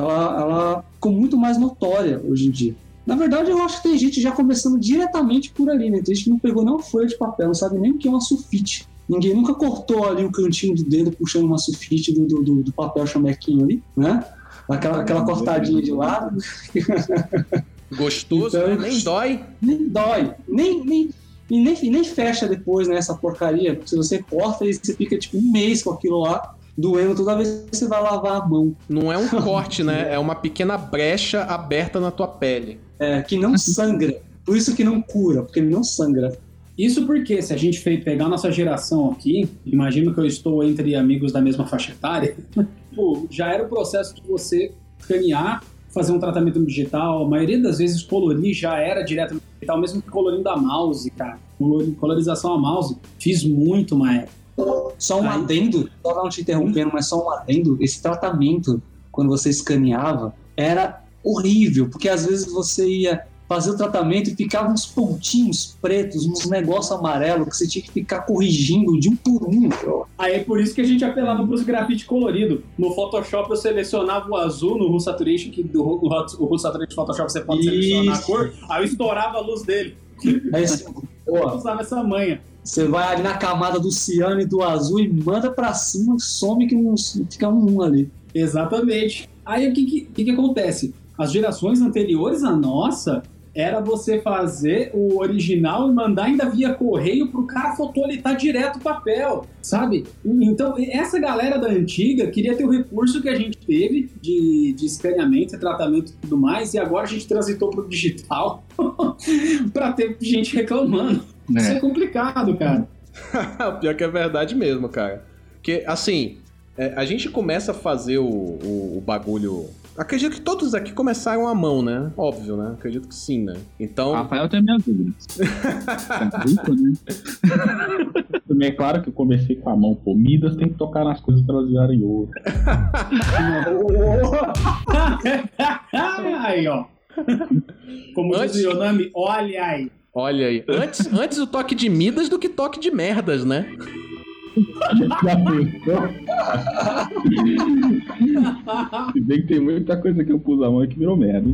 ela ficou muito mais notória hoje em dia. Na verdade, eu acho que tem gente já começando diretamente por ali, né? Tem gente que não pegou nem uma folha de papel, não sabe nem o que é uma sulfite. Ninguém nunca cortou ali o cantinho do dedo puxando uma sulfite do papel chamequinho ali, né? Aquela cortadinha de lado. Gostoso, então, nem dói. Nem dói. Nem fecha depois, né, essa porcaria. Porque se você corta, aí você fica tipo um mês com aquilo lá, doendo toda vez que você vai lavar a mão. Não é um corte, né? É uma pequena brecha aberta na tua pele. Que não sangra. Por isso que não cura, porque ele não sangra. Isso porque, se a gente pegar a nossa geração aqui, imagino que eu estou entre amigos da mesma faixa etária, já era o processo de você escanear, fazer um tratamento no digital, a maioria das vezes colorir já era direto no digital, mesmo que colorindo a mouse, cara. Colorização a mouse, fiz muito mais. Só um adendo, só não te interrompendo, mas só um adendo, esse tratamento, quando você escaneava, era horrível, porque às vezes você ia fazer o tratamento e ficava uns pontinhos pretos, uns negócios amarelos que você tinha que ficar corrigindo de um por um. Aí é por isso que a gente apelava pros grafite colorido. No Photoshop eu selecionava o azul no Hue Saturation, que o Hue Saturation Photoshop você pode selecionar a cor, aí eu estourava a luz dele. Eu usava essa manha. Você vai ali na camada do ciano e do azul e manda pra cima, some que não fica um ali. Exatamente. Aí o que acontece? As gerações anteriores à nossa, era você fazer o original e mandar ainda via correio pro cara fotolitar direto o papel, sabe? Então, essa galera da antiga queria ter o recurso que a gente teve de escaneamento e tratamento e tudo mais, e agora a gente transitou pro digital pra ter gente reclamando. Isso é complicado, cara. Pior que é verdade mesmo, cara. Porque, assim, a gente começa a fazer o bagulho... Acredito que todos aqui começaram à mão, né? Óbvio, né? Acredito que sim, né? Então... Rafael tem minhas dúvidas. Também é claro que eu comecei com a mão, pô. Midas tem que tocar nas coisas pra elas virarem ouro. Aí, ó. Como diz o nome, olha aí. Olha aí. Antes o toque de Midas do que toque de merdas, né? Se bem que tem muita coisa que eu pus a mão e que virou merda.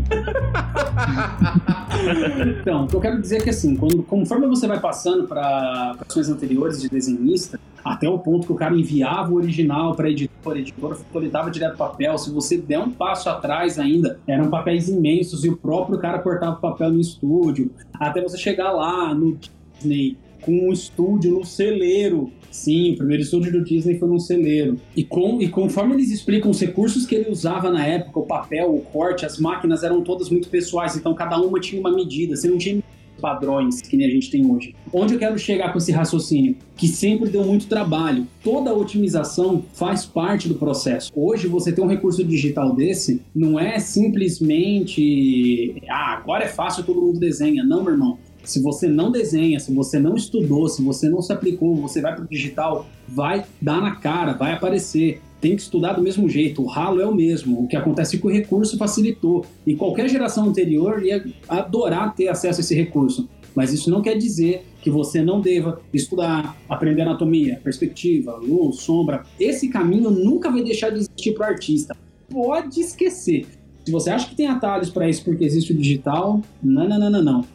Então, o que eu quero dizer é que assim, conforme você vai passando para ações anteriores de desenhista, até o ponto que o cara enviava o original para a editora fotolitava direto papel. Se você der um passo atrás ainda, eram papéis imensos e o próprio cara cortava o papel no estúdio, até você chegar lá no Disney, com um estúdio no celeiro. Sim, o primeiro estúdio do Disney foi num celeiro. E conforme eles explicam os recursos que ele usava na época, o papel, o corte, as máquinas eram todas muito pessoais, então cada uma tinha uma medida, você não tinha padrões que nem a gente tem hoje. Onde eu quero chegar com esse raciocínio? Que sempre deu muito trabalho. Toda otimização faz parte do processo. Hoje, você ter um recurso digital desse, não é simplesmente agora é fácil, todo mundo desenha. Não, meu irmão. Se você não desenha, se você não estudou, se você não se aplicou, você vai pro digital, vai dar na cara, vai aparecer. Tem que estudar do mesmo jeito, o ralo é o mesmo. O que acontece é que o recurso facilitou. E qualquer geração anterior ia adorar ter acesso a esse recurso. Mas isso não quer dizer que você não deva estudar, aprender anatomia, perspectiva, luz, sombra. Esse caminho nunca vai deixar de existir para o artista. Pode esquecer. Se você acha que tem atalhos para isso porque existe o digital, não.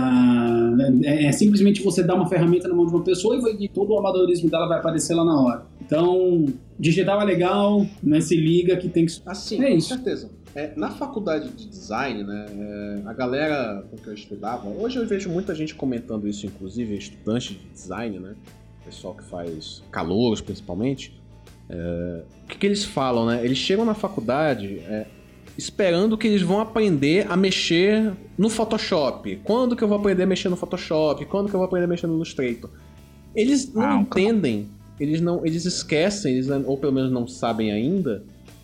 É simplesmente você dar uma ferramenta na mão de uma pessoa e todo o amadorismo dela vai aparecer lá na hora. Então, digital é legal, mas se liga que tem que... Assim, com certeza. Na faculdade de design, né, a galera com que eu estudava, hoje eu vejo muita gente comentando isso, inclusive estudantes de design, né, pessoal que faz calouros principalmente, o que eles falam, né? Eles chegam na faculdade esperando que eles vão aprender a mexer no Photoshop. Quando que eu vou aprender a mexer no Photoshop? Quando que eu vou aprender a mexer no Illustrator? Eles não entendem, eles esquecem, ou pelo menos não sabem ainda,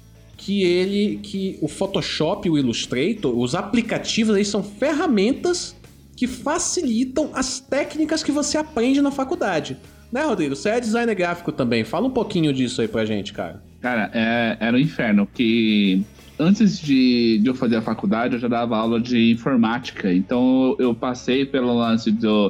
que o Photoshop e o Illustrator, os aplicativos, eles são ferramentas que facilitam as técnicas que você aprende na faculdade. Né, Rodrigo? Você é designer gráfico também. Fala um pouquinho disso aí pra gente, cara. Cara, era um inferno, porque antes de eu fazer a faculdade, eu já dava aula de informática. Então, eu passei pelo lance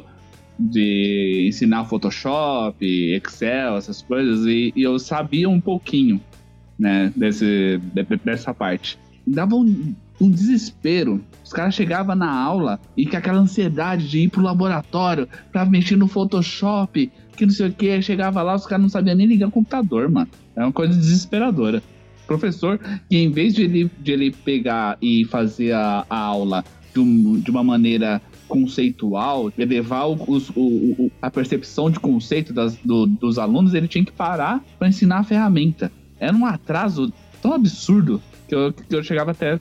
de ensinar Photoshop, Excel, essas coisas, e eu sabia um pouquinho, né, dessa parte. Dava um desespero. Os caras chegavam na aula e com aquela ansiedade de ir pro laboratório pra mexer no Photoshop, que não sei o que. Chegava lá, os caras não sabiam nem ligar o computador, mano. É uma coisa desesperadora. Professor, que em vez de ele pegar e fazer a aula de uma maneira conceitual, elevar a percepção de conceito dos alunos, ele tinha que parar para ensinar a ferramenta. Era um atraso tão absurdo que eu chegava até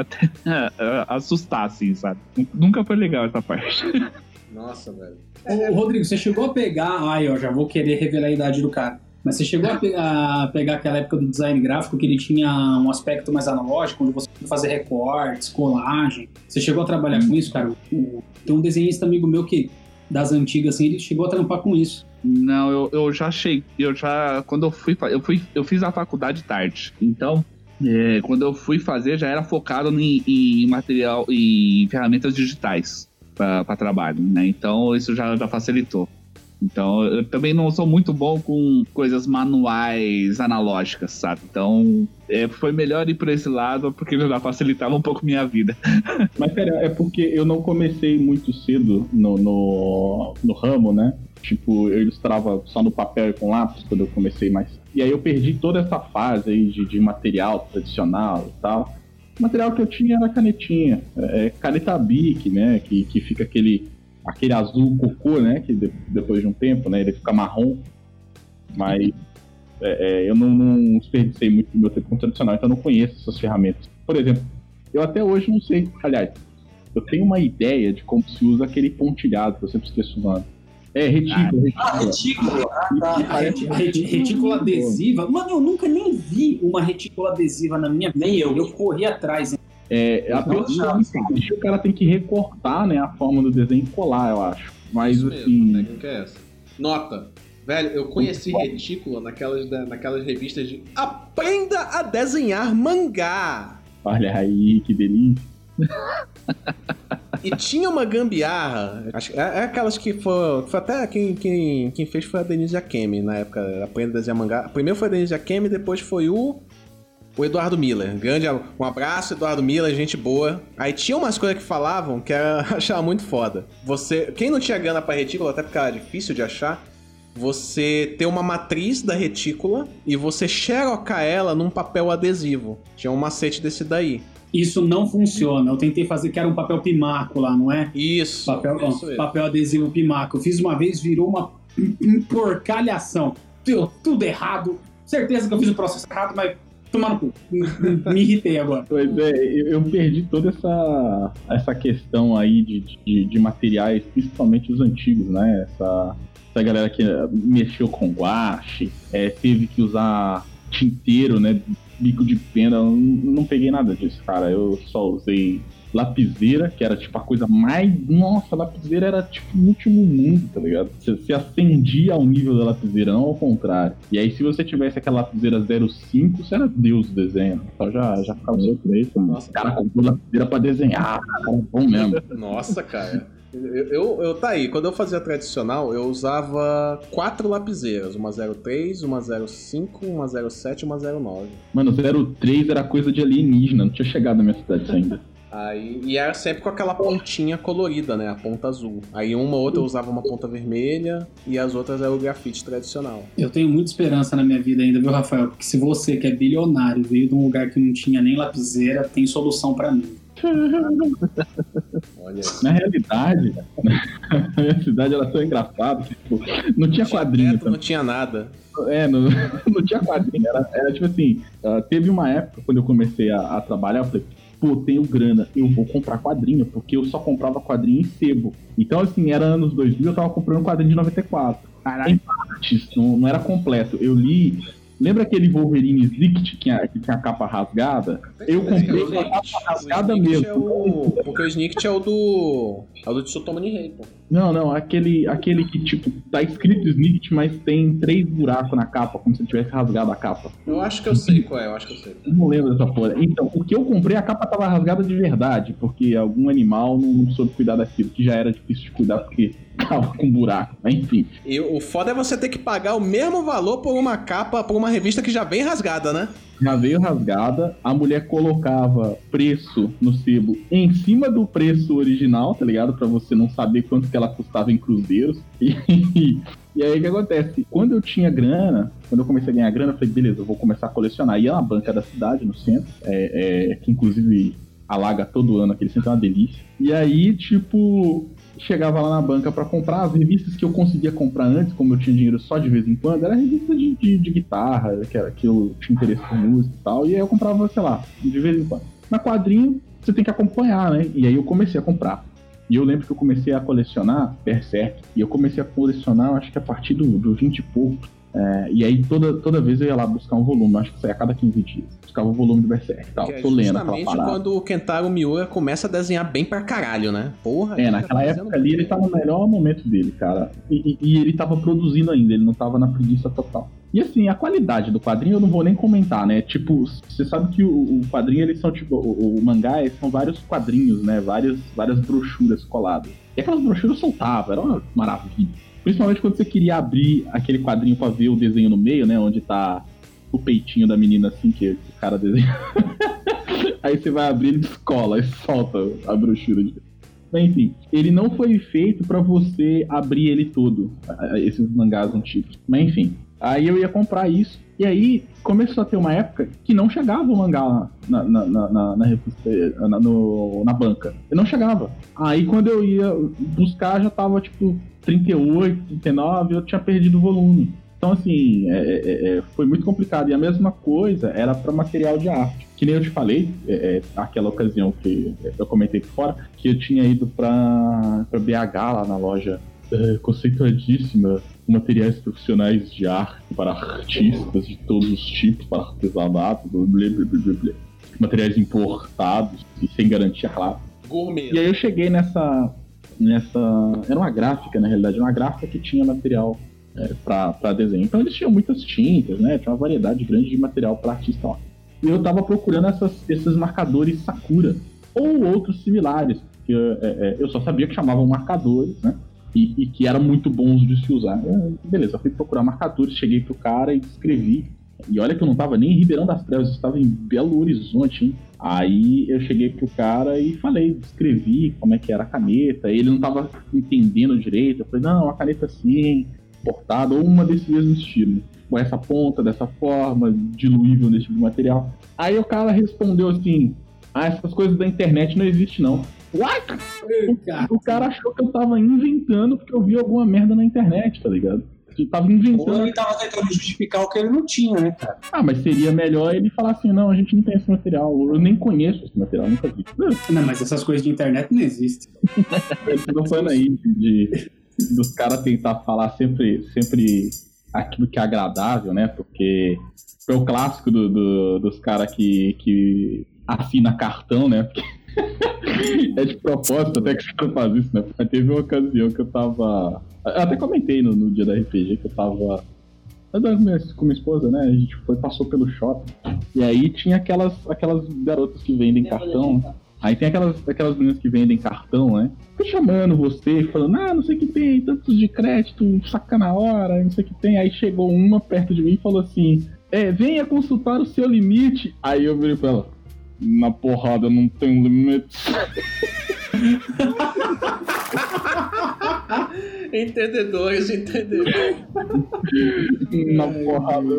assustar, assim, sabe? Nunca foi legal essa parte. Nossa, velho. Ô, Rodrigo, você chegou a pegar... Ai, ó, já vou querer revelar a idade do cara. Mas você chegou a pegar aquela época do design gráfico que ele tinha um aspecto mais analógico, onde você podia fazer recortes, colagem. Você chegou a trabalhar com isso, cara? Tem um desenhista amigo meu que, das antigas, assim, ele chegou a trampar com isso. Não, quando eu fiz a faculdade tarde. Então, quando eu fui fazer, já era focado em material, em ferramentas digitais para trabalho, né? Então, isso já facilitou. Então, eu também não sou muito bom com coisas manuais, analógicas, sabe? Então, foi melhor ir por esse lado, porque já facilitava um pouco minha vida. Mas, sério, é porque eu não comecei muito cedo no ramo, né? Tipo, eu ilustrava só no papel e com lápis quando eu comecei mais. E aí eu perdi toda essa fase aí de material tradicional e tal. O material que eu tinha era canetinha, caneta Bic, né? Que fica aquele azul cocô, né? Que depois de um tempo, né? Ele fica marrom. Mas eu não desperdicei muito do meu tempo com tradicional, então eu não conheço essas ferramentas. Por exemplo, eu até hoje não sei. Aliás, eu tenho uma ideia de como se usa aquele pontilhado que eu sempre esqueço o nome. Retícula. Retícula adesiva. Mano, eu nunca nem vi uma retícula adesiva na minha vida. Eu corri atrás. O cara tem que recortar, né, a forma do desenho e colar, eu acho. Mas isso assim. Mesmo, que é essa? Nota. Velho, eu conheci retícula naquelas revistas de Aprenda a Desenhar Mangá. Olha aí, que delícia. E tinha uma gambiarra, aquelas que foi até quem fez foi a Denise Akemi na época, Aprenda a Desenhar Mangá. Primeiro foi a Denise Akemi, depois foi o Eduardo Miller. Um abraço, Eduardo Miller, gente boa. Aí tinha umas coisas que falavam que eu achava muito foda. Quem não tinha grana pra retícula, até porque era difícil de achar, você ter uma matriz da retícula e você xerocar ela num papel adesivo. Tinha um macete desse daí. Isso não funciona. Eu tentei fazer que era um papel pimaco lá, não é? Isso. Papel adesivo pimaco. Eu fiz uma vez, virou uma porcalhação. Deu tudo errado. Certeza que eu fiz o processo errado, mas tomar no cu. Me irritei agora. Pois é, eu perdi toda essa questão aí de materiais, principalmente os antigos, né? Essa galera que mexeu com guache, teve que usar tinteiro, né? Bico de pena, eu não peguei nada disso, cara. Eu só usei lapiseira, que era tipo a coisa mais... Nossa, a lapiseira era tipo o último mundo, tá ligado? Você acendia ao nível da lapiseira, não ao contrário. E aí se você tivesse aquela lapiseira 05, você era deus do desenho. Então já ficava surpreso. Nossa, cara comprou lapiseira pra desenhar, cara, bom mesmo. Nossa, cara. Eu tá aí, quando eu fazia tradicional, eu usava 4 lapiseiras, uma 03, uma 05, uma 07 e uma 09. Mano, 03 era coisa de alienígena, não tinha chegado na minha cidade ainda. Aí, e era sempre com aquela pontinha colorida, né? A ponta azul. Aí uma ou outra eu usava uma ponta vermelha e as outras era o grafite tradicional. Eu tenho muita esperança na minha vida ainda, viu, Rafael? Porque se você, que é bilionário, veio de um lugar que não tinha nem lapiseira, tem solução pra mim. Olha aí. Na realidade, a minha cidade era tão engraçada que tipo, não tinha quadrinho. Não tinha nada. Não tinha quadrinho. Era tipo assim, teve uma época quando eu comecei a trabalhar, eu falei, pô, tenho grana, eu vou comprar quadrinho, porque eu só comprava quadrinho em sebo. Então, assim, era anos 2000, eu tava comprando quadrinho de 94. Em partes, não era completo. Eu li... Lembra aquele Wolverine Slick que tinha a capa rasgada? Eu comprei com a capa rasgada mesmo. Porque o Snicket é o do Tsutomu Nihei, pô. Não, aquele que, tipo, tá escrito Snicket, mas tem 3 buracos na capa, como se tivesse rasgado a capa. Eu acho que eu sei qual é, Eu não lembro dessa porra. Então, o que eu comprei, a capa tava rasgada de verdade, porque algum animal não soube cuidar daquilo, que já era difícil de cuidar, porque tava com buraco, mas enfim. E o foda é você ter que pagar o mesmo valor por uma capa, por uma revista que já vem rasgada, né? Já veio rasgada, a mulher colocava preço no sebo em cima do preço original, tá ligado? Pra você não saber quanto que ela custava em cruzeiros. E aí o que acontece? Quando eu tinha grana, quando eu comecei a ganhar grana, eu falei, beleza, eu vou começar a colecionar. Ia na banca da cidade, no centro, que inclusive alaga todo ano, aquele centro é uma delícia. E aí, tipo... chegava lá na banca pra comprar as revistas que eu conseguia comprar antes, como eu tinha dinheiro só de vez em quando, era revista de guitarra, que eu tinha interesse por música e tal, e aí eu comprava, sei lá, de vez em quando. Na quadrinho, você tem que acompanhar, né? E aí eu comecei a comprar. E eu lembro que eu comecei a colecionar Berserk, e eu comecei a colecionar, acho que a partir do 20 e pouco. E aí toda vez eu ia lá buscar um volume, acho que saía a cada 15 dias. Buscava o volume do Berserk e tal. Tô lendo aquela parada. Justamente quando o Kentaro Miura começa a desenhar bem pra caralho, né? Porra. Naquela época ali ele tava no melhor momento dele, cara. E ele tava produzindo ainda, ele não tava na preguiça total. E assim, a qualidade do quadrinho eu não vou nem comentar, né? Tipo, você sabe que o quadrinho, eles são tipo... O mangá, são vários quadrinhos, né? Várias brochuras coladas. E aquelas brochuras soltavam, era uma maravilha. Principalmente quando você queria abrir aquele quadrinho pra ver o desenho no meio, né? Onde tá o peitinho da menina, assim, que o cara desenha. Aí você vai abrir, ele descola e solta a brochura. Mas, enfim, ele não foi feito pra você abrir ele todo, esses mangás antigos. Mas enfim, aí eu ia comprar isso. E aí começou a ter uma época que não chegava o mangá na revista, na banca. Ele não chegava. Aí quando eu ia buscar, já tava tipo 38, 39, eu tinha perdido o volume. Então assim, foi muito complicado. E a mesma coisa era para material de arte. Que nem eu te falei, aquela ocasião que eu comentei por fora, que eu tinha ido pra BH lá na loja conceituadíssima, materiais profissionais de arte para artistas de todos os tipos, para artesanato, materiais importados e sem garantia, claro. Gourmet. E aí eu cheguei nessa... Era uma gráfica, na realidade, uma gráfica que tinha material para desenho. Então eles tinham muitas tintas, né? Tinha uma variedade grande de material para artista lá. E eu tava procurando esses marcadores Sakura ou outros similares, que eu só sabia que chamavam marcadores, né? E que eram muito bons de se usar. Beleza, eu fui procurar marcadores, cheguei pro cara e escrevi. E olha que eu não tava nem em Ribeirão das Trevas, eu estava em Belo Horizonte, hein? Aí eu cheguei pro cara e falei, escrevi como é que era a caneta. Ele não tava entendendo direito. Eu falei, não, a caneta assim, portada, ou uma desse mesmo estilo. Com essa ponta, dessa forma, diluível nesse tipo de material. Aí o cara respondeu assim, essas coisas da internet não existem, não. What? O cara achou que eu tava inventando porque eu vi alguma merda na internet, tá ligado? Eu tava inventando. Ou ele tava tentando justificar o que ele não tinha, né, cara? Mas seria melhor ele falar assim, não, a gente não tem esse material. Eu nem conheço esse material, nunca vi. Não, mas essas coisas de internet não existem. Eu tô falando aí dos caras tentar falar sempre aquilo que é agradável, né? Porque foi o clássico dos caras que assina cartão, né? É de propósito até que os caras fazem isso, né? Mas teve uma ocasião que eu tava... Eu até comentei no dia da RPG que eu tava andando com minha esposa, né? A gente passou pelo shopping. E aí tinha aquelas garotas que vendem cartão. Aí tem aquelas meninas que vendem cartão, né? Fica chamando você, falando, não sei o que tem, tantos de crédito, saca na hora, não sei o que tem. Aí chegou uma perto de mim e falou assim, venha consultar o seu limite. Aí eu virei pra ela, na porrada não tem limite. Entendedores. Na porrada.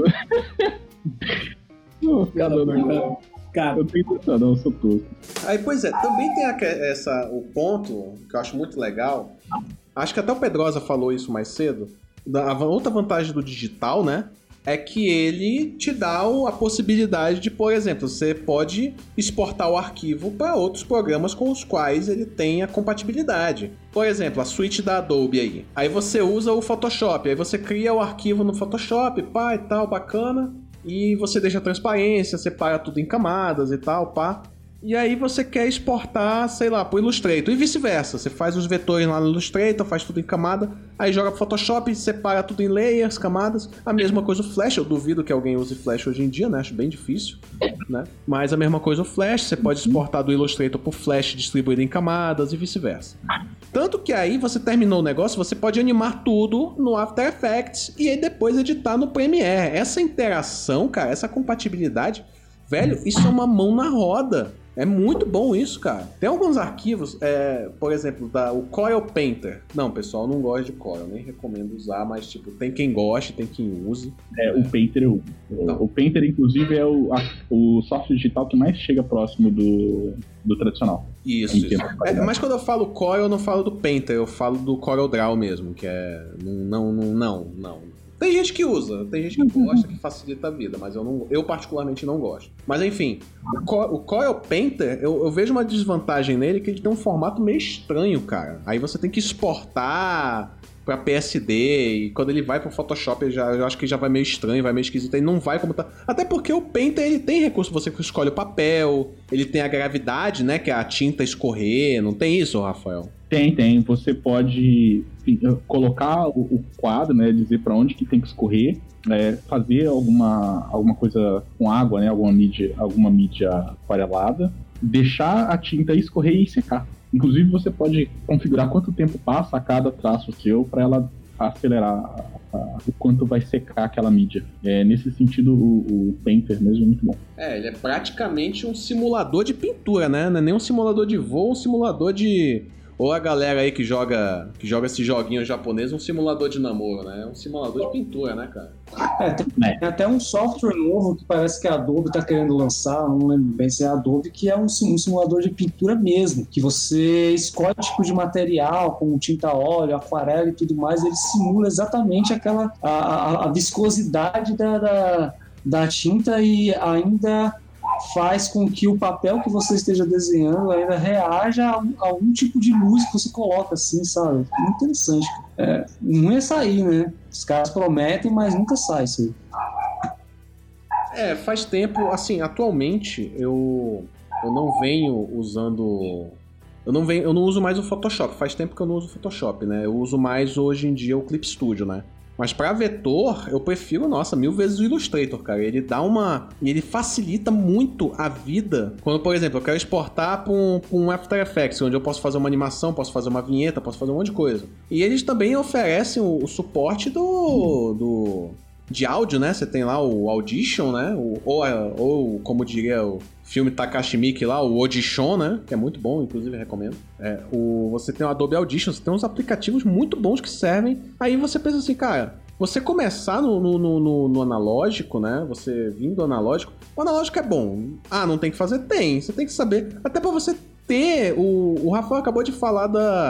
Não, cara, eu tenho intenção, não, eu sou tosco. Aí, pois é, também tem o ponto que eu acho muito legal. Acho que até o Pedrosa falou isso mais cedo. A outra vantagem do digital, né? É que ele te dá a possibilidade de, por exemplo, você pode exportar o arquivo para outros programas com os quais ele tem a compatibilidade. Por exemplo, a suíte da Adobe aí. Aí você usa o Photoshop, aí você cria o arquivo no Photoshop, pá, e tal, bacana. E você deixa a transparência, separa tudo em camadas e tal, pá. E aí você quer exportar, sei lá, pro Illustrator. E vice-versa. Você faz os vetores lá no Illustrator, faz tudo em camada, aí joga pro Photoshop, separa tudo em layers, camadas. A mesma coisa o Flash. Eu duvido que alguém use Flash hoje em dia, né? Acho bem difícil, né? Mas a mesma coisa o Flash. Você pode exportar do Illustrator pro Flash distribuído em camadas e vice-versa. Tanto que aí você terminou o negócio, você pode animar tudo no After Effects e aí depois editar no Premiere. Essa interação, cara, essa compatibilidade, velho, isso é uma mão na roda. É muito bom isso, cara. Tem alguns arquivos, por exemplo, o Corel Painter. Não, pessoal, não gosto de Corel, nem recomendo usar, mas tipo, tem quem goste, tem quem use. O Painter, o Painter, inclusive, é o software digital que mais chega próximo do tradicional. Isso. Mas quando eu falo Corel, eu não falo do Painter, eu falo do Corel Draw mesmo, que é... Não. Tem gente que usa, tem gente que gosta, que facilita a vida, mas eu particularmente não gosto. Mas enfim, o Corel Painter, eu vejo uma desvantagem nele, que ele tem um formato meio estranho, cara. Aí você tem que exportar pra PSD, e quando ele vai pro Photoshop, eu acho que já vai meio estranho, vai meio esquisito, ele não vai como tá. Até porque o Painter, ele tem recurso, você escolhe o papel, ele tem a gravidade, né, que é a tinta escorrer, não tem isso, Rafael? Tem. Você pode colocar o quadro, né, dizer para onde que tem que escorrer, fazer alguma coisa com água, né, alguma mídia aquarelada, deixar a tinta escorrer e secar. Inclusive você pode configurar quanto tempo passa a cada traço seu para ela acelerar o quanto vai secar aquela mídia. Nesse sentido, o Painter mesmo é muito bom. Ele é praticamente um simulador de pintura, né? Não é nem um simulador de voo, um simulador de... Ou a galera aí que joga esse joguinho japonês, um simulador de namoro, né? É um simulador de pintura, né, cara? Tem até um software novo que parece que a Adobe tá querendo lançar, não lembro bem se é a Adobe, que é um simulador de pintura mesmo, que você escolhe tipo de material, como tinta óleo, aquarela e tudo mais, ele simula exatamente a viscosidade da tinta e ainda faz com que o papel que você esteja desenhando ainda reaja a algum tipo de luz que você coloca, assim, sabe? Muito interessante. Não ia sair, né? Os caras prometem, mas nunca sai isso aí. Faz tempo, assim, atualmente eu não venho usando... Eu não uso mais o Photoshop, faz tempo que eu não uso o Photoshop, né? Eu uso mais hoje em dia o Clip Studio, né? Mas pra vetor, eu prefiro, 1000 vezes o Illustrator, cara. Ele ele facilita muito a vida. Quando, por exemplo, eu quero exportar pra um After Effects, onde eu posso fazer uma animação, posso fazer uma vinheta, posso fazer um monte de coisa. E eles também oferecem o suporte de áudio, né? Você tem lá o Audition, né? Ou como diria o filme Takashi Miike lá, o Audition, né? Que é muito bom, inclusive recomendo. Você tem o Adobe Audition, você tem uns aplicativos muito bons que servem. Aí você pensa assim, cara, você começar no analógico, né? Você vindo do analógico, o analógico é bom. Ah, não tem que fazer? Tem. Você tem que saber. Até pra você ter. O Rafael acabou de falar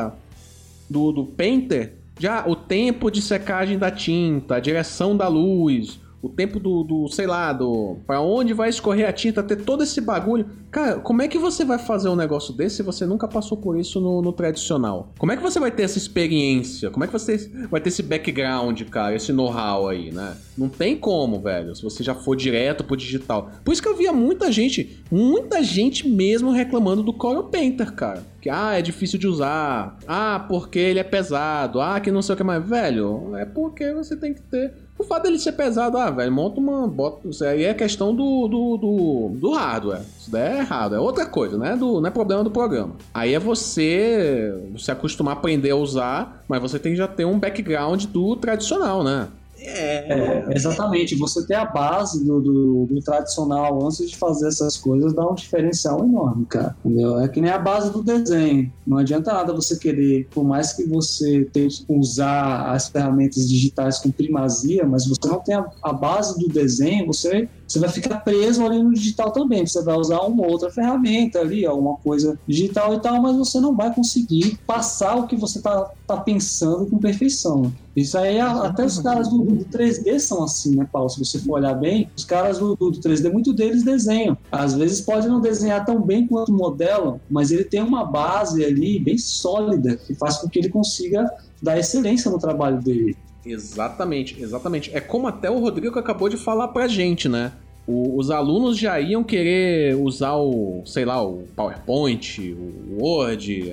do Painter. Já o tempo de secagem da tinta, a direção da luz, o tempo sei lá, pra onde vai escorrer a tinta, ter todo esse bagulho. Cara, como é que você vai fazer um negócio desse se você nunca passou por isso no tradicional? Como é que você vai ter essa experiência? Como é que você vai ter esse background, cara, esse know-how aí, né? Não tem como, velho, se você já for direto pro digital. Por isso que eu via muita gente mesmo reclamando do Corel Painter, cara. Que, é difícil de usar. Porque ele é pesado. Que não sei o que mais. Velho, é porque você tem que ter... O fato dele ser pesado, velho, bota... Isso aí é questão do hardware. Isso daí é errado, é outra coisa, né? Não é problema do programa. Aí é você acostumar a aprender a usar, mas você tem que já ter um background do tradicional, né? Exatamente. Você ter a base do tradicional antes de fazer essas coisas dá um diferencial enorme, cara. Entendeu? É que nem a base do desenho. Não adianta nada você querer, por mais que você tente usar as ferramentas digitais com primazia, mas você não tem a base do desenho, você vai ficar preso ali no digital também. Você vai usar uma outra ferramenta ali, alguma coisa digital e tal, mas você não vai conseguir passar o que você tá pensando com perfeição. Isso aí, até os caras do 3D são assim, né, Paulo? Se você for olhar bem, os caras do 3D, muito deles desenham. Às vezes pode não desenhar tão bem quanto modelam, mas ele tem uma base ali bem sólida, que faz com que ele consiga dar excelência no trabalho dele. Exatamente. É como até o Rodrigo acabou de falar pra gente, né? Os alunos já iam querer usar o PowerPoint, o Word,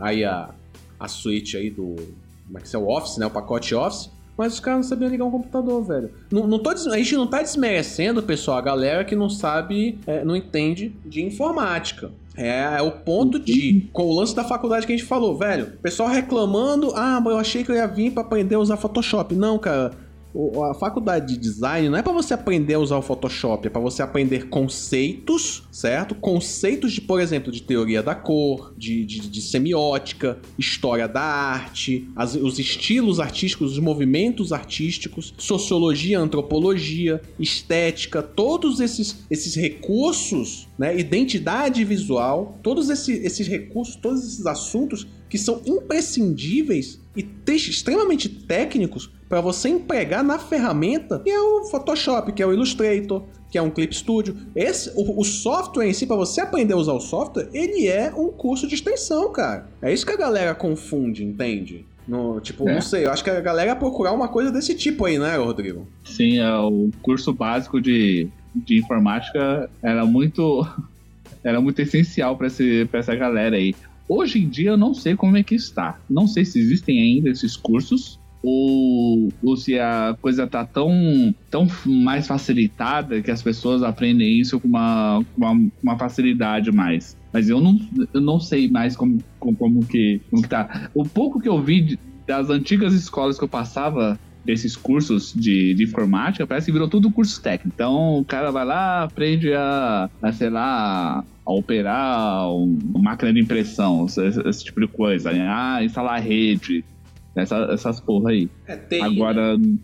a suíte aí como é que é o Office, né? O pacote Office. Mas os caras não sabiam ligar um computador, velho. A gente não tá desmerecendo, pessoal, a galera que não sabe, não entende de informática. É o ponto com o lance da faculdade que a gente falou, velho. O pessoal reclamando, eu achei que eu ia vir pra aprender a usar Photoshop. Não, cara. A faculdade de design não é pra você aprender a usar o Photoshop, é pra você aprender conceitos, certo? Conceitos de, por exemplo, de teoria da cor, de semiótica, história da arte, os estilos artísticos, os movimentos artísticos, sociologia, antropologia, estética, todos esses recursos, né? Identidade visual, todos esses recursos, todos esses assuntos que são imprescindíveis e extremamente técnicos para você empregar na ferramenta que é o Photoshop, que é o Illustrator, que é um Clip Studio. O software em si, para você aprender a usar o software, ele é um curso de extensão, cara. É isso que a galera confunde, entende? Não sei, eu acho que a galera ia procurar uma coisa desse tipo aí, né, Rodrigo? Sim, o curso básico de informática era muito essencial para essa galera aí. Hoje em dia eu não sei como é que está. Não sei se existem ainda esses cursos ou se a coisa está tão mais facilitada que as pessoas aprendem isso com uma facilidade mais. Mas eu não sei mais como que tá. O pouco que eu vi das antigas escolas que eu passava desses cursos de informática, parece que virou tudo curso técnico. Então o cara vai lá, aprende a sei lá, a operar uma máquina de impressão, esse tipo de coisa, né? Instalar rede, essas porra aí. TI, agora, né?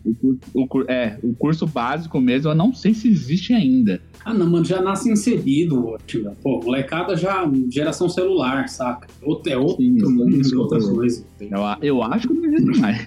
o curso básico mesmo, eu não sei se existe ainda. Não, mano, já nasce inserido, tio. Pô, molecada já, geração celular, saca? Outra coisa. Eu acho que não existe mais.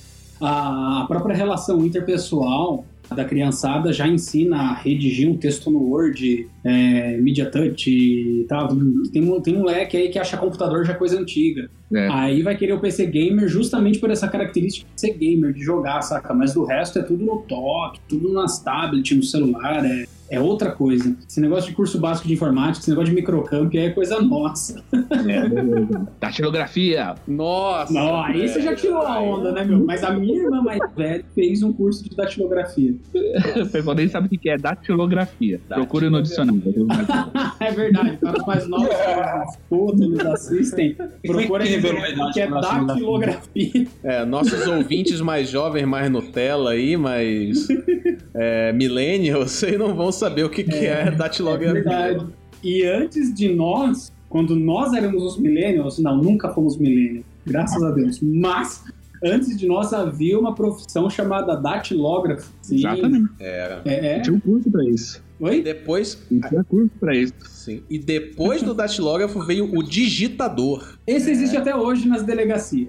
A própria relação interpessoal da criançada já ensina a redigir um texto no Word, MediaTouch e tal. Tem moleque aí que acha computador já coisa antiga. Aí vai querer o PC Gamer justamente por essa característica de ser gamer, de jogar, saca? Mas do resto é tudo no toque, tudo nas tablets, no celular, é outra coisa. Esse negócio de curso básico de informática, esse negócio de microcamp é coisa nossa. Datilografia. Nossa. Não, aí você já tirou a onda, né, meu? Mas a minha irmã mais velha fez um curso de datilografia. O pessoal nem sabe o que é datilografia. Procure no dicionário. É verdade, para os mais novos que eles assistem, procurem o que é datilografia. Nossos ouvintes mais jovens, mais Nutella aí, mais millennials, vocês não vão saber o que é datilografia. É verdade. E antes de nós, quando nós éramos os millennials, não, nunca fomos millennials, graças a Deus, mas Antes de nós havia uma profissão chamada datilógrafo. Sim. Exatamente. Tinha um curso pra isso. Oi? Depois... Tinha curso pra isso. Sim. E depois do datilógrafo veio o digitador. Esse existe até hoje nas delegacias.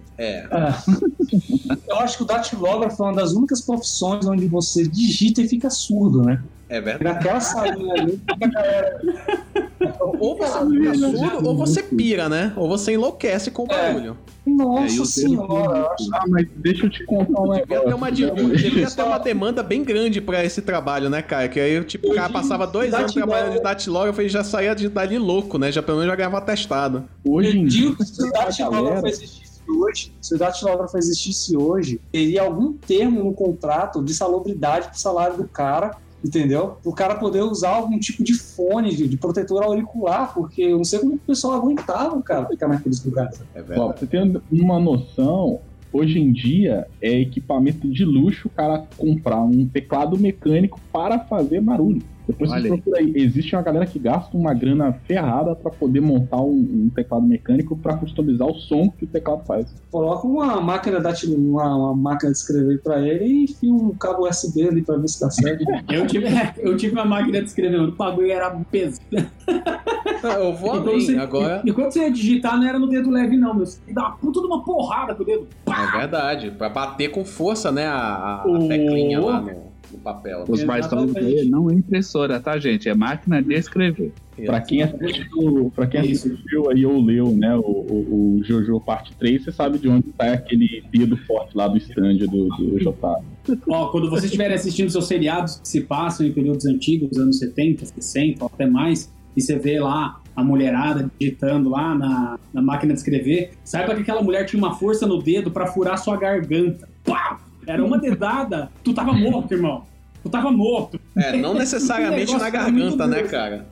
Eu acho que o datilógrafo é uma das únicas profissões onde você digita e fica surdo, né? É verdade. Naquela salinha ali, fica a galera... Ou você fica surdo, ou você pira, né? Ou você enlouquece com o barulho. Nossa senhora, eu acho... mas deixa eu te contar um negócio. Devia ter uma demanda bem grande pra esse trabalho, né, cara? Que aí, tipo, o cara passava 2 anos trabalhando de datilógrafo e já saía dali louco, né? Já pelo menos já ganhava atestado. Hoje em dia, se o datilógrafo existisse hoje, teria algum termo no contrato de salubridade pro salário do cara, entendeu? O cara poder usar algum tipo de fone, de protetor auricular, porque eu não sei como o pessoal aguentava, cara, ficar naqueles lugares. É verdade. Ó, pra você ter uma noção, hoje em dia é equipamento de luxo o cara comprar um teclado mecânico para fazer barulho. Depois você procura aí. Existe uma galera que gasta uma grana ferrada para poder montar um teclado mecânico para customizar o som que o teclado faz. Coloca uma máquina uma máquina de escrever para ele e enfia um cabo USB ali para ver se dá certo. Eu tive uma máquina de escrever, o bagulho era peso. Eu vou além agora. E quando você ia digitar, não era no dedo leve, não, meu. Você dá uma puta de uma porrada com o dedo. É verdade. Pra bater com força, né? A teclinha lá no papel. Os mais falam que não é impressora, tá, gente? É máquina de escrever. Pra quem assistiu aí ou leu, né, o JoJo Parte 3, você sabe de onde tá aquele dedo forte lá do stand do Jotaro. Ó, quando vocês estiverem assistindo seus seriados que se passam em períodos antigos, anos 70, 60, ou até mais, e você vê lá a mulherada digitando lá na máquina de escrever, saiba que aquela mulher tinha uma força no dedo pra furar sua garganta. Pá! Era uma dedada, tu tava morto, irmão. Tu tava morto. Não necessariamente na garganta, né, cara?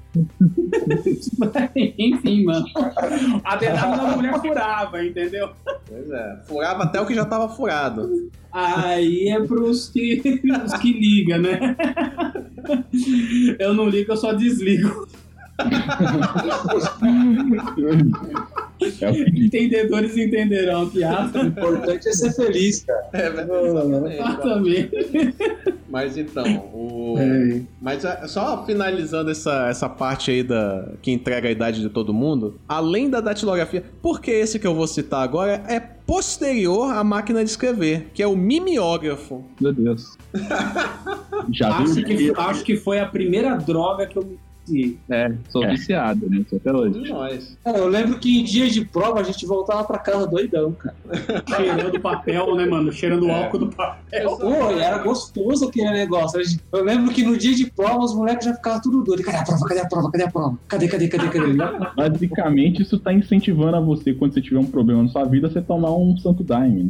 Enfim, mano. A dedada da mulher furava, entendeu? Pois é. Furava até o que já tava furado. Aí é pros que ligam, né? Eu não ligo, eu só desligo. Entendedores entenderão a piada. O importante é ser feliz, cara. Exatamente. Mas então, mas só finalizando essa parte aí que entrega a idade de todo mundo, além da datilografia, porque esse que eu vou citar agora é posterior à máquina de escrever, que é o mimeógrafo. Meu Deus. Acho que foi a primeira droga que eu me... Sou viciado, né? Até hoje. Eu lembro que em dias de prova a gente voltava pra casa doidão, cara. Cheirando papel, né, mano? Cheirando álcool do papel. Pô, era gostoso aquele negócio. Eu lembro que no dia de prova os moleques já ficavam tudo doidos. Cadê a prova? Cadê a prova? Cadê a prova? Cadê? Basicamente, isso tá incentivando a você, quando você tiver um problema na sua vida, você tomar um santo daime, né?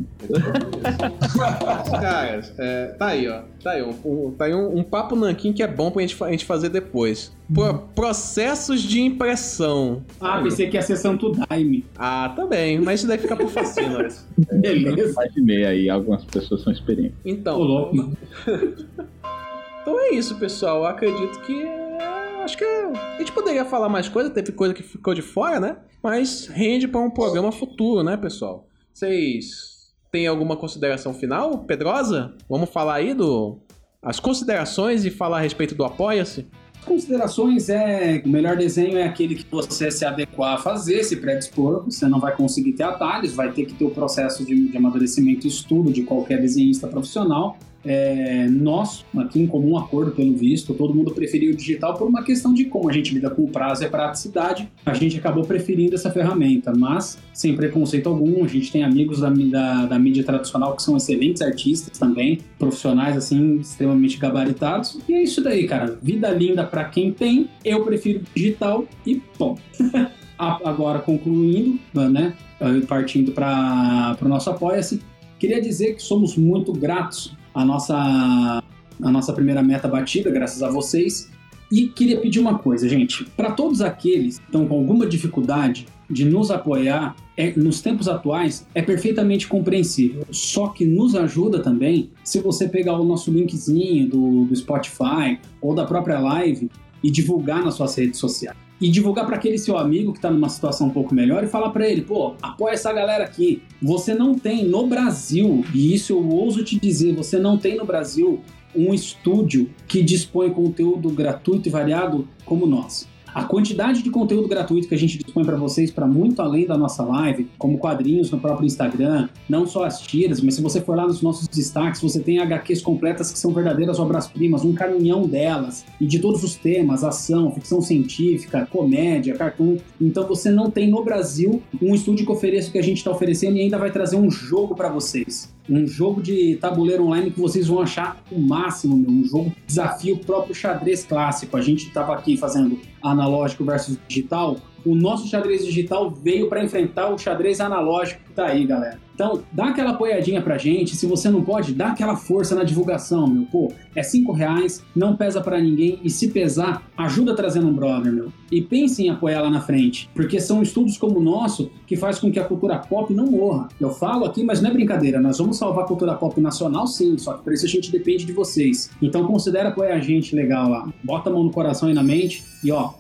Caras, tá aí, ó. Tá aí um papo nanquim que é bom pra gente fazer depois. Processos de impressão. Pensei que ia ser santo daime. Também, mas isso daí fica por fascínio. Beleza. Imaginei aí, algumas pessoas são experientes. Então. Louco. Então é isso, pessoal. Eu acredito que... Acho que a gente poderia falar mais coisa, teve coisa que ficou de fora, né? Mas rende pra um programa futuro, né, pessoal? Vocês têm alguma consideração final, Pedrosa? Vamos falar aí as considerações e falar a respeito do Apoia-se? Considerações o melhor desenho é aquele que você se adequar a fazer, se predispor. Você não vai conseguir ter atalhos, vai ter que ter o processo de amadurecimento e estudo de qualquer desenhista profissional. Nós, aqui em comum acordo, pelo visto, todo mundo preferiu o digital por uma questão de como a gente lida com o prazo e a praticidade. A gente acabou preferindo essa ferramenta, mas sem preconceito algum. A gente tem amigos da mídia tradicional que são excelentes artistas também, profissionais assim, extremamente gabaritados. E é isso daí, cara. Vida linda pra quem tem. Eu prefiro digital e bom. Agora, concluindo, né, partindo para o nosso Apoia-se, queria dizer que somos muito gratos a nossa primeira meta batida, graças a vocês. E queria pedir uma coisa, gente. Para todos aqueles que estão com alguma dificuldade de nos apoiar, nos tempos atuais, é perfeitamente compreensível. Só que nos ajuda também se você pegar o nosso linkzinho do Spotify ou da própria live e divulgar nas suas redes sociais. e divulgar para aquele seu amigo que está numa situação um pouco melhor e falar para ele, pô, apoia essa galera aqui. Você não tem no Brasil, e isso eu ouso te dizer, você não tem no Brasil um estúdio que dispõe conteúdo gratuito e variado como nós. A quantidade de conteúdo gratuito que a gente dispõe para vocês, para muito além da nossa live, como quadrinhos no próprio Instagram, não só as tiras, mas se você for lá nos nossos destaques, você tem HQs completas que são verdadeiras obras-primas, um caminhão delas, e de todos os temas, ação, ficção científica, comédia, cartoon. Então você não tem no Brasil um estúdio que ofereça o que a gente está oferecendo e ainda vai trazer um jogo para vocês. Um jogo de tabuleiro online que vocês vão achar o máximo, meu. Um jogo de desafio próprio xadrez clássico. A gente estava aqui fazendo analógico versus digital. O nosso xadrez digital veio para enfrentar o xadrez analógico que tá aí, galera. Então, dá aquela apoiadinha pra gente. Se você não pode, dá aquela força na divulgação, meu. Pô, é R$5, não pesa pra ninguém. E se pesar, ajuda trazendo um brother, meu. E pense em apoiar lá na frente. Porque são estudos como o nosso que faz com que a cultura pop não morra. Eu falo aqui, mas não é brincadeira. Nós vamos salvar a cultura pop nacional, sim. Só que pra isso a gente depende de vocês. Então considera apoiar a gente legal lá. Bota a mão no coração e na mente. E ó,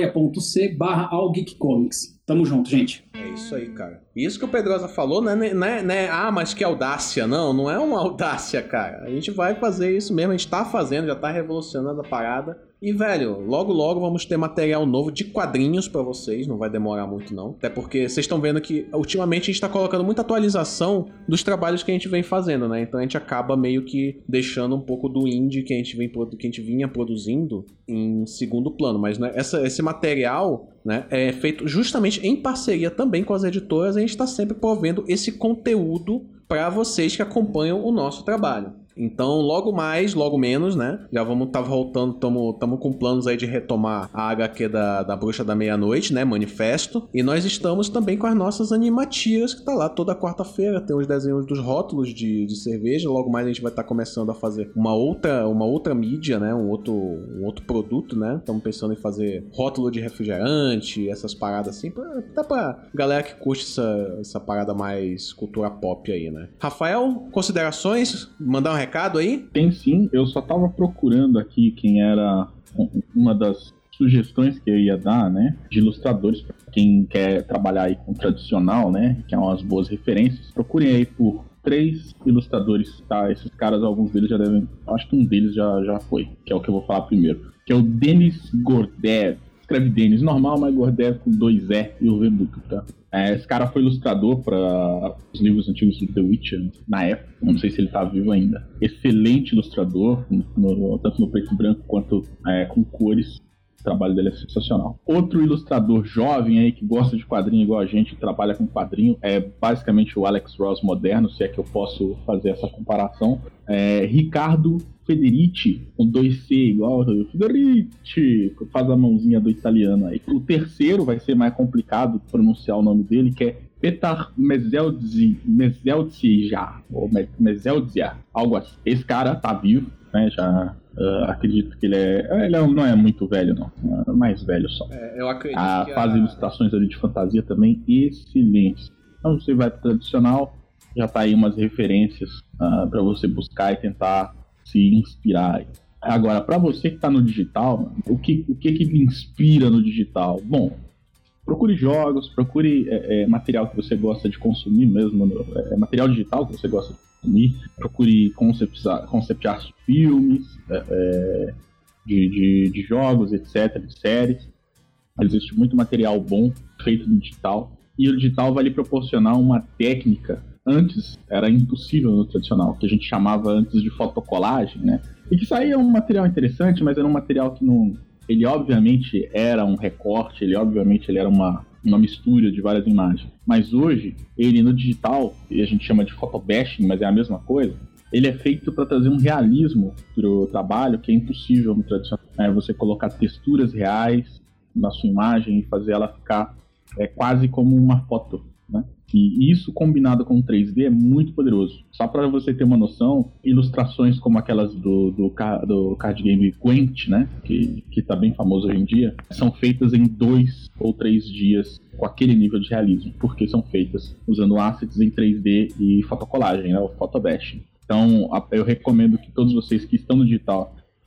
apoia.c/AllGeekComics. Tamo junto, gente. É isso aí, cara. Isso que o Pedrosa falou, né? Ah, mas que audácia. Não é uma audácia, cara. A gente vai fazer isso mesmo, a gente tá fazendo, já tá revolucionando a parada. E, velho, logo vamos ter material novo de quadrinhos pra vocês, não vai demorar muito não. Até porque vocês estão vendo que, ultimamente, a gente tá colocando muita atualização dos trabalhos que a gente vem fazendo, né? Então a gente acaba meio que deixando um pouco do indie que a gente vinha produzindo em segundo plano. Mas né, esse material, né, é feito justamente em parceria também com as editoras. A gente tá sempre provendo esse conteúdo pra vocês que acompanham o nosso trabalho. Então, logo mais, logo menos, né? Já vamos estar voltando, estamos com planos aí de retomar a HQ da Bruxa da Meia-Noite, né? Manifesto. E nós estamos também com as nossas animatiras, que tá lá toda quarta-feira. Tem os desenhos dos rótulos de cerveja. Logo mais a gente vai estar começando a fazer uma outra mídia, né? Um outro produto, né? Estamos pensando em fazer rótulo de refrigerante, essas paradas assim. Até pra galera que curte essa parada mais cultura pop aí, né? Rafael, considerações? Mandar um recado aí? Tem sim, eu só tava procurando aqui quem era uma das sugestões que eu ia dar, né, de ilustradores para quem quer trabalhar aí com tradicional, né, que é umas boas referências. Procurem aí por 3 ilustradores, tá? Esses caras, alguns deles já devem, acho que um deles já foi, que é o que eu vou falar primeiro, que é o Denis Gordev. Escreve Denis normal, mas Gordev com 2 E e o V duplo, tá? Esse cara foi ilustrador para os livros antigos do The Witcher na época, não sei se ele tá vivo ainda. Excelente ilustrador, tanto no preto e branco quanto com cores. O trabalho dele é sensacional. Outro ilustrador jovem aí que gosta de quadrinho igual a gente, que trabalha com quadrinho, é basicamente o Alex Ross moderno, se é que eu posso fazer essa comparação. Ricardo Federici, com 2C, igual Federici, faz a mãozinha do italiano aí. O terceiro vai ser mais complicado pronunciar o nome dele, que é Petar Mezeldzia, ou Mezeldzia, algo assim. Esse cara tá vivo, né, já acredito que ele não é muito velho, não, é mais velho só. Eu acredito que faz ilustrações ali de fantasia também excelentes. Então você vai pro tradicional, já tá aí umas referências para você buscar e tentar se inspirar. Agora, para você que tá no digital, o que lhe inspira no digital? Bom, procure jogos, procure material que você gosta de consumir mesmo, material digital que você gosta de consumir, procure concept art de filmes, de jogos, etc., de séries. Existe muito material bom feito no digital, e o digital vai lhe proporcionar uma técnica. Antes era impossível no tradicional, que a gente chamava antes de fotocolagem, né? E que isso aí é um material interessante, mas era um material que não... Ele obviamente era um recorte, ele era uma mistura de várias imagens. Mas hoje, ele no digital, e a gente chama de photobashing, mas é a mesma coisa, ele é feito para trazer um realismo pro trabalho que é impossível no tradicional. Você colocar texturas reais na sua imagem e fazer ela ficar quase como uma foto, né? E isso combinado com 3D é muito poderoso. Só para você ter uma noção, ilustrações como aquelas do card game Gwent, né, que tá bem famoso hoje em dia, são feitas em 2 ou 3 dias com aquele nível de realismo, porque são feitas usando assets em 3D e fotocolagem, né, o photobashing. Então eu recomendo que todos vocês que estão no digital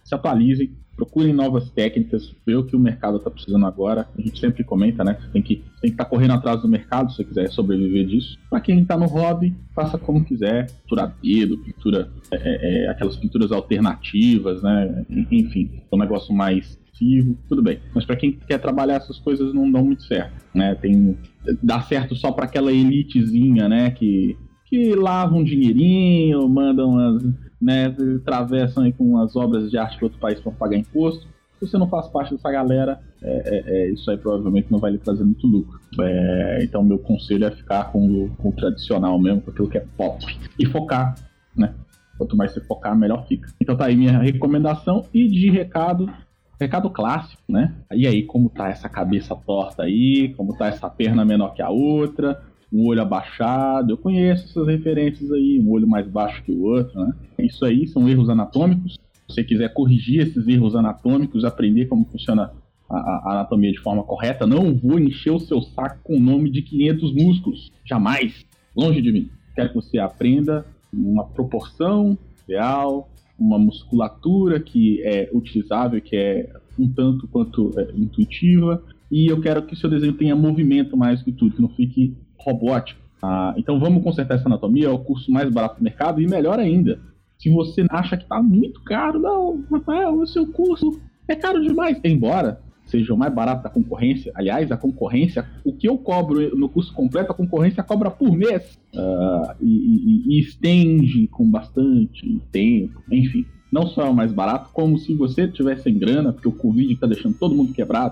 se atualizem, procurem novas técnicas, ver o que o mercado está precisando agora. A gente sempre comenta, né? Você tem que estar correndo atrás do mercado se você quiser sobreviver disso. Para quem está no hobby, faça como quiser, pintura a dedo, pintura, aquelas pinturas alternativas, né? Enfim, é um negócio mais tudo bem. Mas para quem quer trabalhar essas coisas não dão muito certo, né? Dá certo só para aquela elitezinha, né? Que lava um dinheirinho, mandam né? Atravessam aí com as obras de arte para outro país para pagar imposto. Se você não faz parte dessa galera, isso aí provavelmente não vai lhe trazer muito lucro. Então meu conselho é ficar com o tradicional mesmo, com aquilo que é pop. E focar, né? Quanto mais você focar, melhor fica. Então tá aí minha recomendação. E de recado clássico, né? E aí, como tá essa cabeça torta aí, como tá essa perna menor que a outra, um olho abaixado, eu conheço essas referências aí, um olho mais baixo que o outro, né? Isso aí são erros anatômicos. Se você quiser corrigir esses erros anatômicos, aprender como funciona a anatomia de forma correta, não vou encher o seu saco com o nome de 500 músculos. Jamais. Longe de mim. Quero que você aprenda uma proporção ideal, uma musculatura que é utilizável, que é um tanto quanto intuitiva, e eu quero que o seu desenho tenha movimento mais que tudo, que não fique robótico. Então vamos consertar essa anatomia, é o curso mais barato do mercado, e melhor ainda, se você acha que está muito caro, não, Rafael, o seu curso é caro demais, embora seja o mais barato da concorrência. Aliás, a concorrência, o que eu cobro no curso completo, a concorrência cobra por mês, e estende com bastante tempo, enfim. Não só é o mais barato, como se você tivesse sem grana, porque o Covid está deixando todo mundo quebrado,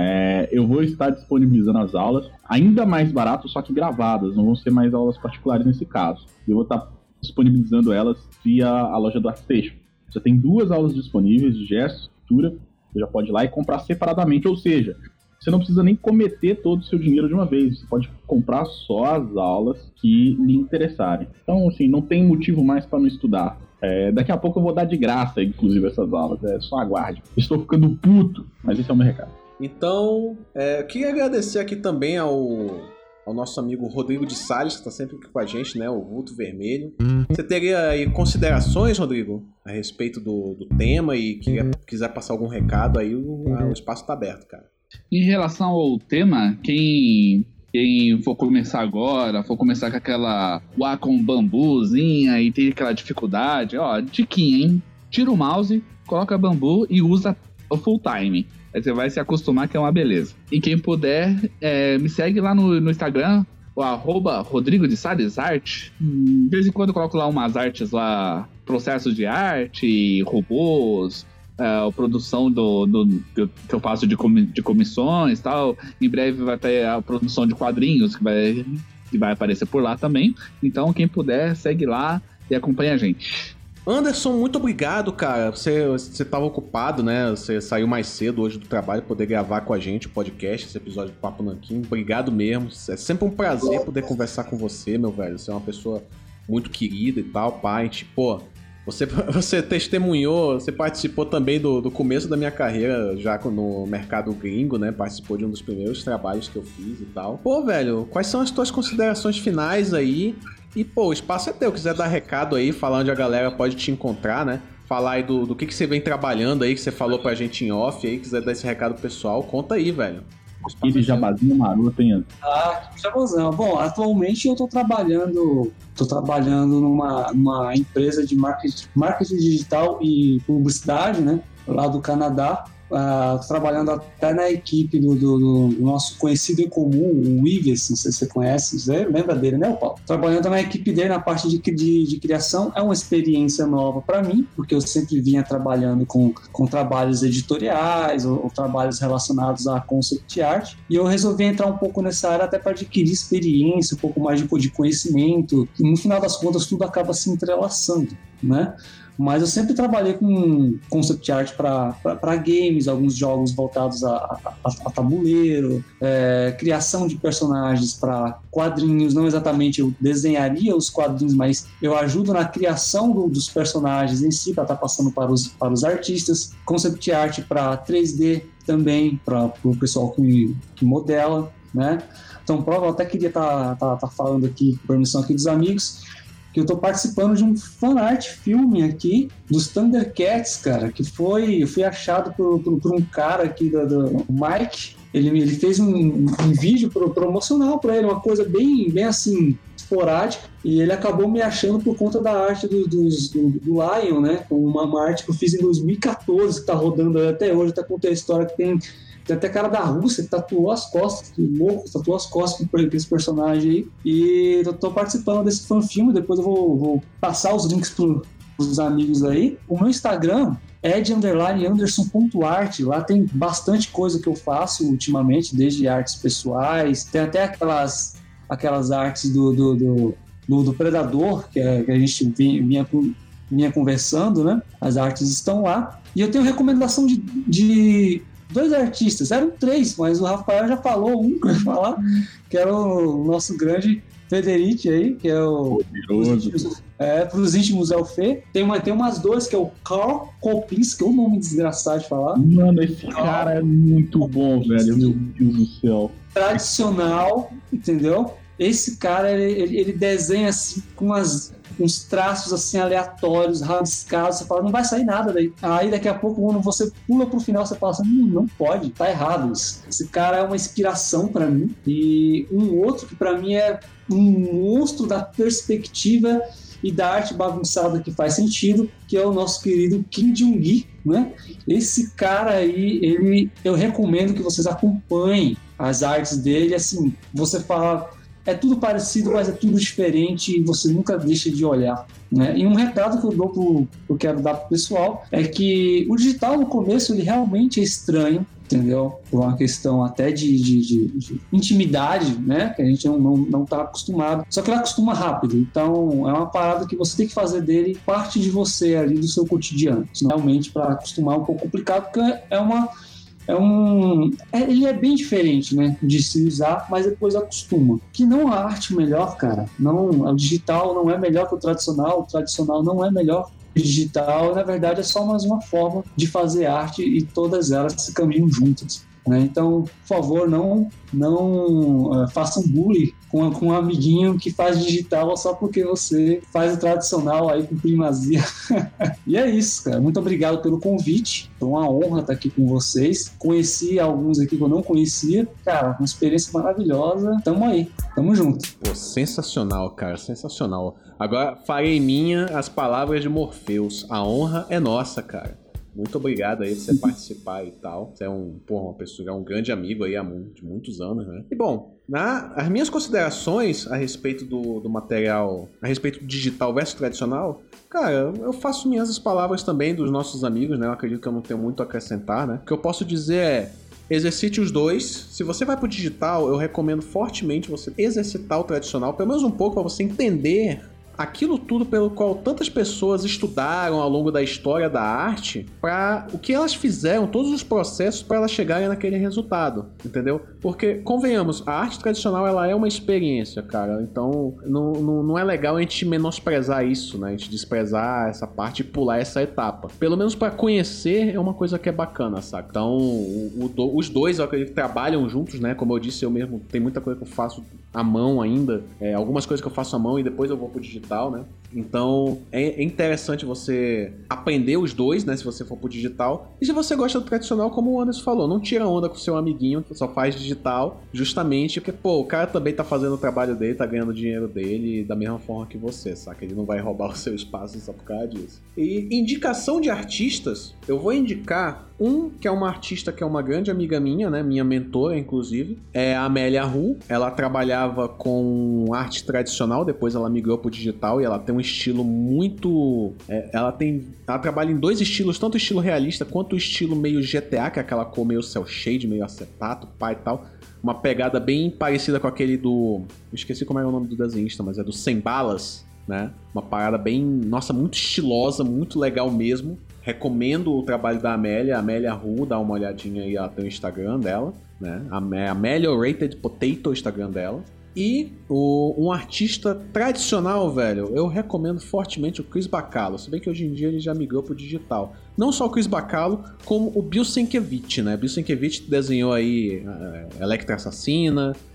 eu vou estar disponibilizando as aulas ainda mais barato, só que gravadas, não vão ser mais aulas particulares nesse caso. Eu vou estar disponibilizando elas via a loja do ArtStation. Você tem 2 aulas disponíveis de gesto, escultura. Você já pode ir lá e comprar separadamente, ou seja, você não precisa nem cometer todo o seu dinheiro de uma vez, você pode comprar só as aulas que lhe interessarem. Então, assim, não tem motivo mais para não estudar. Daqui a pouco eu vou dar de graça, inclusive, essas aulas, só aguarde. Estou ficando puto, mas esse é o meu recado. Então, eu queria agradecer aqui também ao nosso amigo Rodrigo de Salles, que está sempre aqui com a gente, né? O Vulto Vermelho. Você teria aí considerações, Rodrigo, a respeito do tema e quiser passar algum recado aí, o espaço está aberto, cara. Em relação ao tema, quem for começar agora, for começar com aquela Wacom bambuzinha e tem aquela dificuldade, diquinha, hein? Tira o mouse, coloca bambu e usa o full time. Aí você vai se acostumar, que é uma beleza. E quem puder, me segue lá no Instagram, o @Rodrigo de Salles Arte. De vez em quando eu coloco lá umas artes lá, processos de arte, robôs, a produção que eu faço de comissões e tal. Em breve vai ter a produção de quadrinhos que vai aparecer por lá também. Então quem puder, segue lá e acompanha a gente. Anderson, muito obrigado, cara. Você estava ocupado, né? Você saiu mais cedo hoje do trabalho, poder gravar com a gente o podcast, esse episódio do Papo Nanquim. Obrigado mesmo. É sempre um prazer poder conversar com você, meu velho. Você é uma pessoa muito querida e tal, pai. Tipo, você testemunhou, você participou também do começo da minha carreira já no mercado gringo, né? Participou de um dos primeiros trabalhos que eu fiz e tal. Pô, velho, quais são as tuas considerações finais aí? E, pô, o espaço é teu. Quiser dar recado aí, falar onde a galera pode te encontrar, né? Falar aí do que você vem trabalhando aí, que você falou pra gente em off aí. Quiser dar esse recado pessoal, conta aí, velho. Aquele jabazinho maroto, hein? Jabazão. Bom, atualmente eu tô trabalhando numa empresa de marketing digital e publicidade, né? Lá do Canadá. Trabalhando até na equipe do nosso conhecido em comum, o Ives, não sei se você conhece, você lembra dele, né, Paulo? Trabalhando na equipe dele na parte de criação, é uma experiência nova para mim, porque eu sempre vinha trabalhando com trabalhos editoriais ou trabalhos relacionados a concept art, e eu resolvi entrar um pouco nessa área até para adquirir experiência, um pouco mais de conhecimento, e no final das contas tudo acaba se entrelaçando, né? Mas eu sempre trabalhei com concept art para games, alguns jogos voltados a tabuleiro, criação de personagens para quadrinhos. Não exatamente eu desenharia os quadrinhos, mas eu ajudo na criação dos personagens em si, para estar passando para os artistas. Concept art para 3D também, para o pessoal que modela, né? Então, eu até queria estar falando aqui, permissão aqui dos amigos, que eu tô participando de um fanart filme aqui dos Thundercats, cara, que eu fui achado por um cara aqui do Mike. Ele fez um vídeo promocional para ele, uma coisa bem assim, esporádica, e ele acabou me achando por conta da arte do Lion, né? Uma arte que eu fiz em 2014, que tá rodando até hoje, tá contando a história que tem até cara da Rússia que tatuou as costas, que louco, tatuou as costas com esse personagem aí. E eu tô participando desse fanfilme, depois eu vou passar os links pros amigos aí. O meu Instagram é ed_anderson.art. Lá tem bastante coisa que eu faço ultimamente, desde artes pessoais, tem até aquelas artes do Predador, que a gente vinha conversando, né? As artes estão lá. E eu tenho recomendação de 2 artistas, eram 3, mas o Rafael já falou um que eu ia falar, que era o nosso grande Federici aí, que é o... para os íntimos é o Fê. Tem umas 2, que é o Carl Kopinski, que é um nome desgraçado de falar. Mano, esse cara é muito bom, velho, meu Deus do céu. Tradicional, entendeu? Esse cara, ele desenha assim, com uns traços assim aleatórios, rabiscados, você fala, não vai sair nada daí. Aí daqui a pouco, quando você pula pro final, você fala assim, não pode, tá errado isso. Esse cara é uma inspiração pra mim. E um outro que pra mim é um monstro da perspectiva e da arte bagunçada que faz sentido, que é o nosso querido Kim Jong-gi, né? Esse cara aí, eu recomendo que vocês acompanhem as artes dele, assim, você fala... É tudo parecido, mas é tudo diferente e você nunca deixa de olhar, né? E um recado que eu quero dar pro pessoal é que o digital no começo ele realmente é estranho, entendeu? Por uma questão até de intimidade, né? Que a gente não tá acostumado. Só que ele acostuma rápido. Então é uma parada que você tem que fazer dele parte de você ali, do seu cotidiano. Realmente, para acostumar é um pouco complicado, porque ele é bem diferente, né, de se usar, mas depois acostuma. Que não a arte melhor, cara. Não, o digital não é melhor que o tradicional não é melhor que o digital. Na verdade, é só mais uma forma de fazer arte e todas elas se caminham juntas, né? Então, por favor, não façam bullying com um amiguinho que faz digital só porque você faz o tradicional aí com primazia. E é isso, cara. Muito obrigado pelo convite. Foi uma honra estar aqui com vocês. Conheci alguns aqui que eu não conhecia. Cara, uma experiência maravilhosa. Tamo aí. Tamo junto. Pô, sensacional, cara. Sensacional. Agora, farei minha as palavras de Morpheus. A honra é nossa, cara. Muito obrigado aí por você participar e tal. Você é uma pessoa, um grande amigo aí de muitos anos, né? E bom, as minhas considerações a respeito do material, a respeito do digital versus tradicional, cara, eu faço minhas as palavras também dos nossos amigos, né? Eu acredito que eu não tenho muito a acrescentar, né? O que eu posso dizer é: exercite os dois. Se você vai pro digital, eu recomendo fortemente você exercitar o tradicional, pelo menos um pouco, para você entender aquilo tudo pelo qual tantas pessoas estudaram ao longo da história da arte, para o que elas fizeram, todos os processos para elas chegarem naquele resultado, entendeu? Porque, convenhamos, a arte tradicional ela é uma experiência, cara, então não é legal a gente menosprezar isso, né? A gente desprezar essa parte e pular essa etapa. Pelo menos para conhecer é uma coisa que é bacana, saca? Então, os dois, eu acredito que trabalham juntos, né? Como eu disse, eu mesmo, tem muita coisa que eu faço à mão ainda, algumas coisas que eu faço à mão e depois eu vou pro digital, né? Então é interessante você aprender os dois, né? Se você for pro digital. E se você gosta do tradicional, como o Anderson falou, não tira onda com o seu amiguinho que só faz digital, justamente porque, pô, o cara também tá fazendo o trabalho dele, tá ganhando o dinheiro dele da mesma forma que você, saca? Ele não vai roubar o seu espaço só por causa disso. E indicação de artistas, eu vou indicar que é uma artista que é uma grande amiga minha, né? Minha mentora, inclusive. É a Amélia Hu. Ela trabalhava com arte tradicional, depois ela migrou pro digital e ela tem um estilo muito... Ela trabalha em 2 estilos, tanto o estilo realista quanto o estilo meio GTA, que é aquela cor meio cel shade, meio acetato, pá e tal. Uma pegada bem parecida com aquele do... Eu esqueci como é o nome do desenhista, mas é do Sem Balas, né? Uma parada bem... Nossa, muito estilosa, muito legal mesmo. Recomendo o trabalho da Amélia Hu, dá uma olhadinha aí, ela tem o Instagram dela, né? Amélia Rated Potato, o Instagram dela. E um artista tradicional, velho, eu recomendo fortemente o Chris Bacalo. Se bem que hoje em dia ele já migrou pro digital. Não só o Chris Bacalo, como o Bill Sienkiewicz, né? Bill Sienkiewicz desenhou aí Electra Assassina,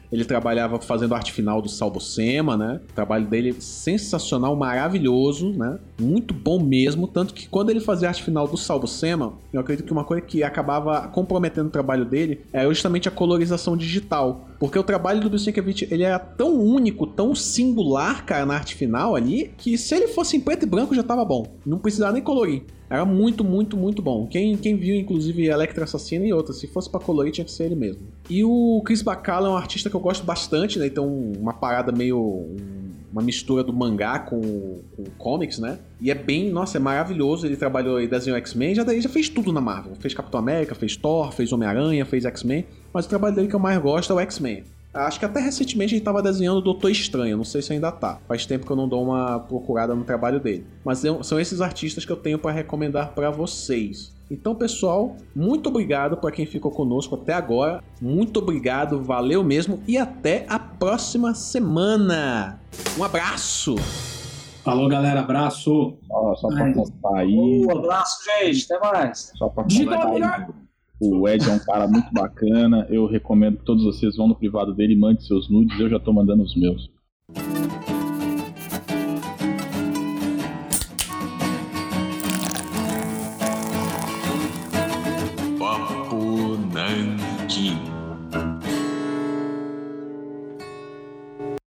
Ele trabalhava fazendo arte final do Salbocema, né? O trabalho dele é sensacional, maravilhoso, né? Muito bom mesmo, tanto que quando ele fazia arte final do Salbocema, eu acredito que uma coisa que acabava comprometendo o trabalho dele era justamente a colorização digital. Porque o trabalho do Bill Sienkiewicz, ele era tão único, tão singular, cara, na arte final ali, que se ele fosse em preto e branco já tava bom. Não precisava nem colorir. Era muito, muito, muito bom. Quem viu, inclusive, Electra Assassina e outras, se fosse pra colorir, tinha que ser ele mesmo. E o Chris Bacala é um artista que eu gosto bastante, né? Então, uma parada meio... uma mistura do mangá com comics, né? E é bem... Nossa, é maravilhoso. Ele trabalhou e desenhou X-Men. Já fez tudo na Marvel. Fez Capitão América, fez Thor, fez Homem-Aranha, fez X-Men. Mas o trabalho dele que eu mais gosto é o X-Men. Acho que até recentemente ele estava desenhando o Doutor Estranho, não sei se ainda tá. Faz tempo que eu não dou uma procurada no trabalho dele. Mas são esses artistas que eu tenho para recomendar para vocês. Então, pessoal, muito obrigado para quem ficou conosco até agora. Muito obrigado, valeu mesmo e até a próxima semana. Um abraço! Falou, galera, abraço! Só para contar aí. Um abraço, gente, até mais. Só para contar aí. O Ed é um cara muito bacana. Eu recomendo que todos vocês vão no privado dele e mandem seus nudes. Eu já tô mandando os meus. Papo Nanquim.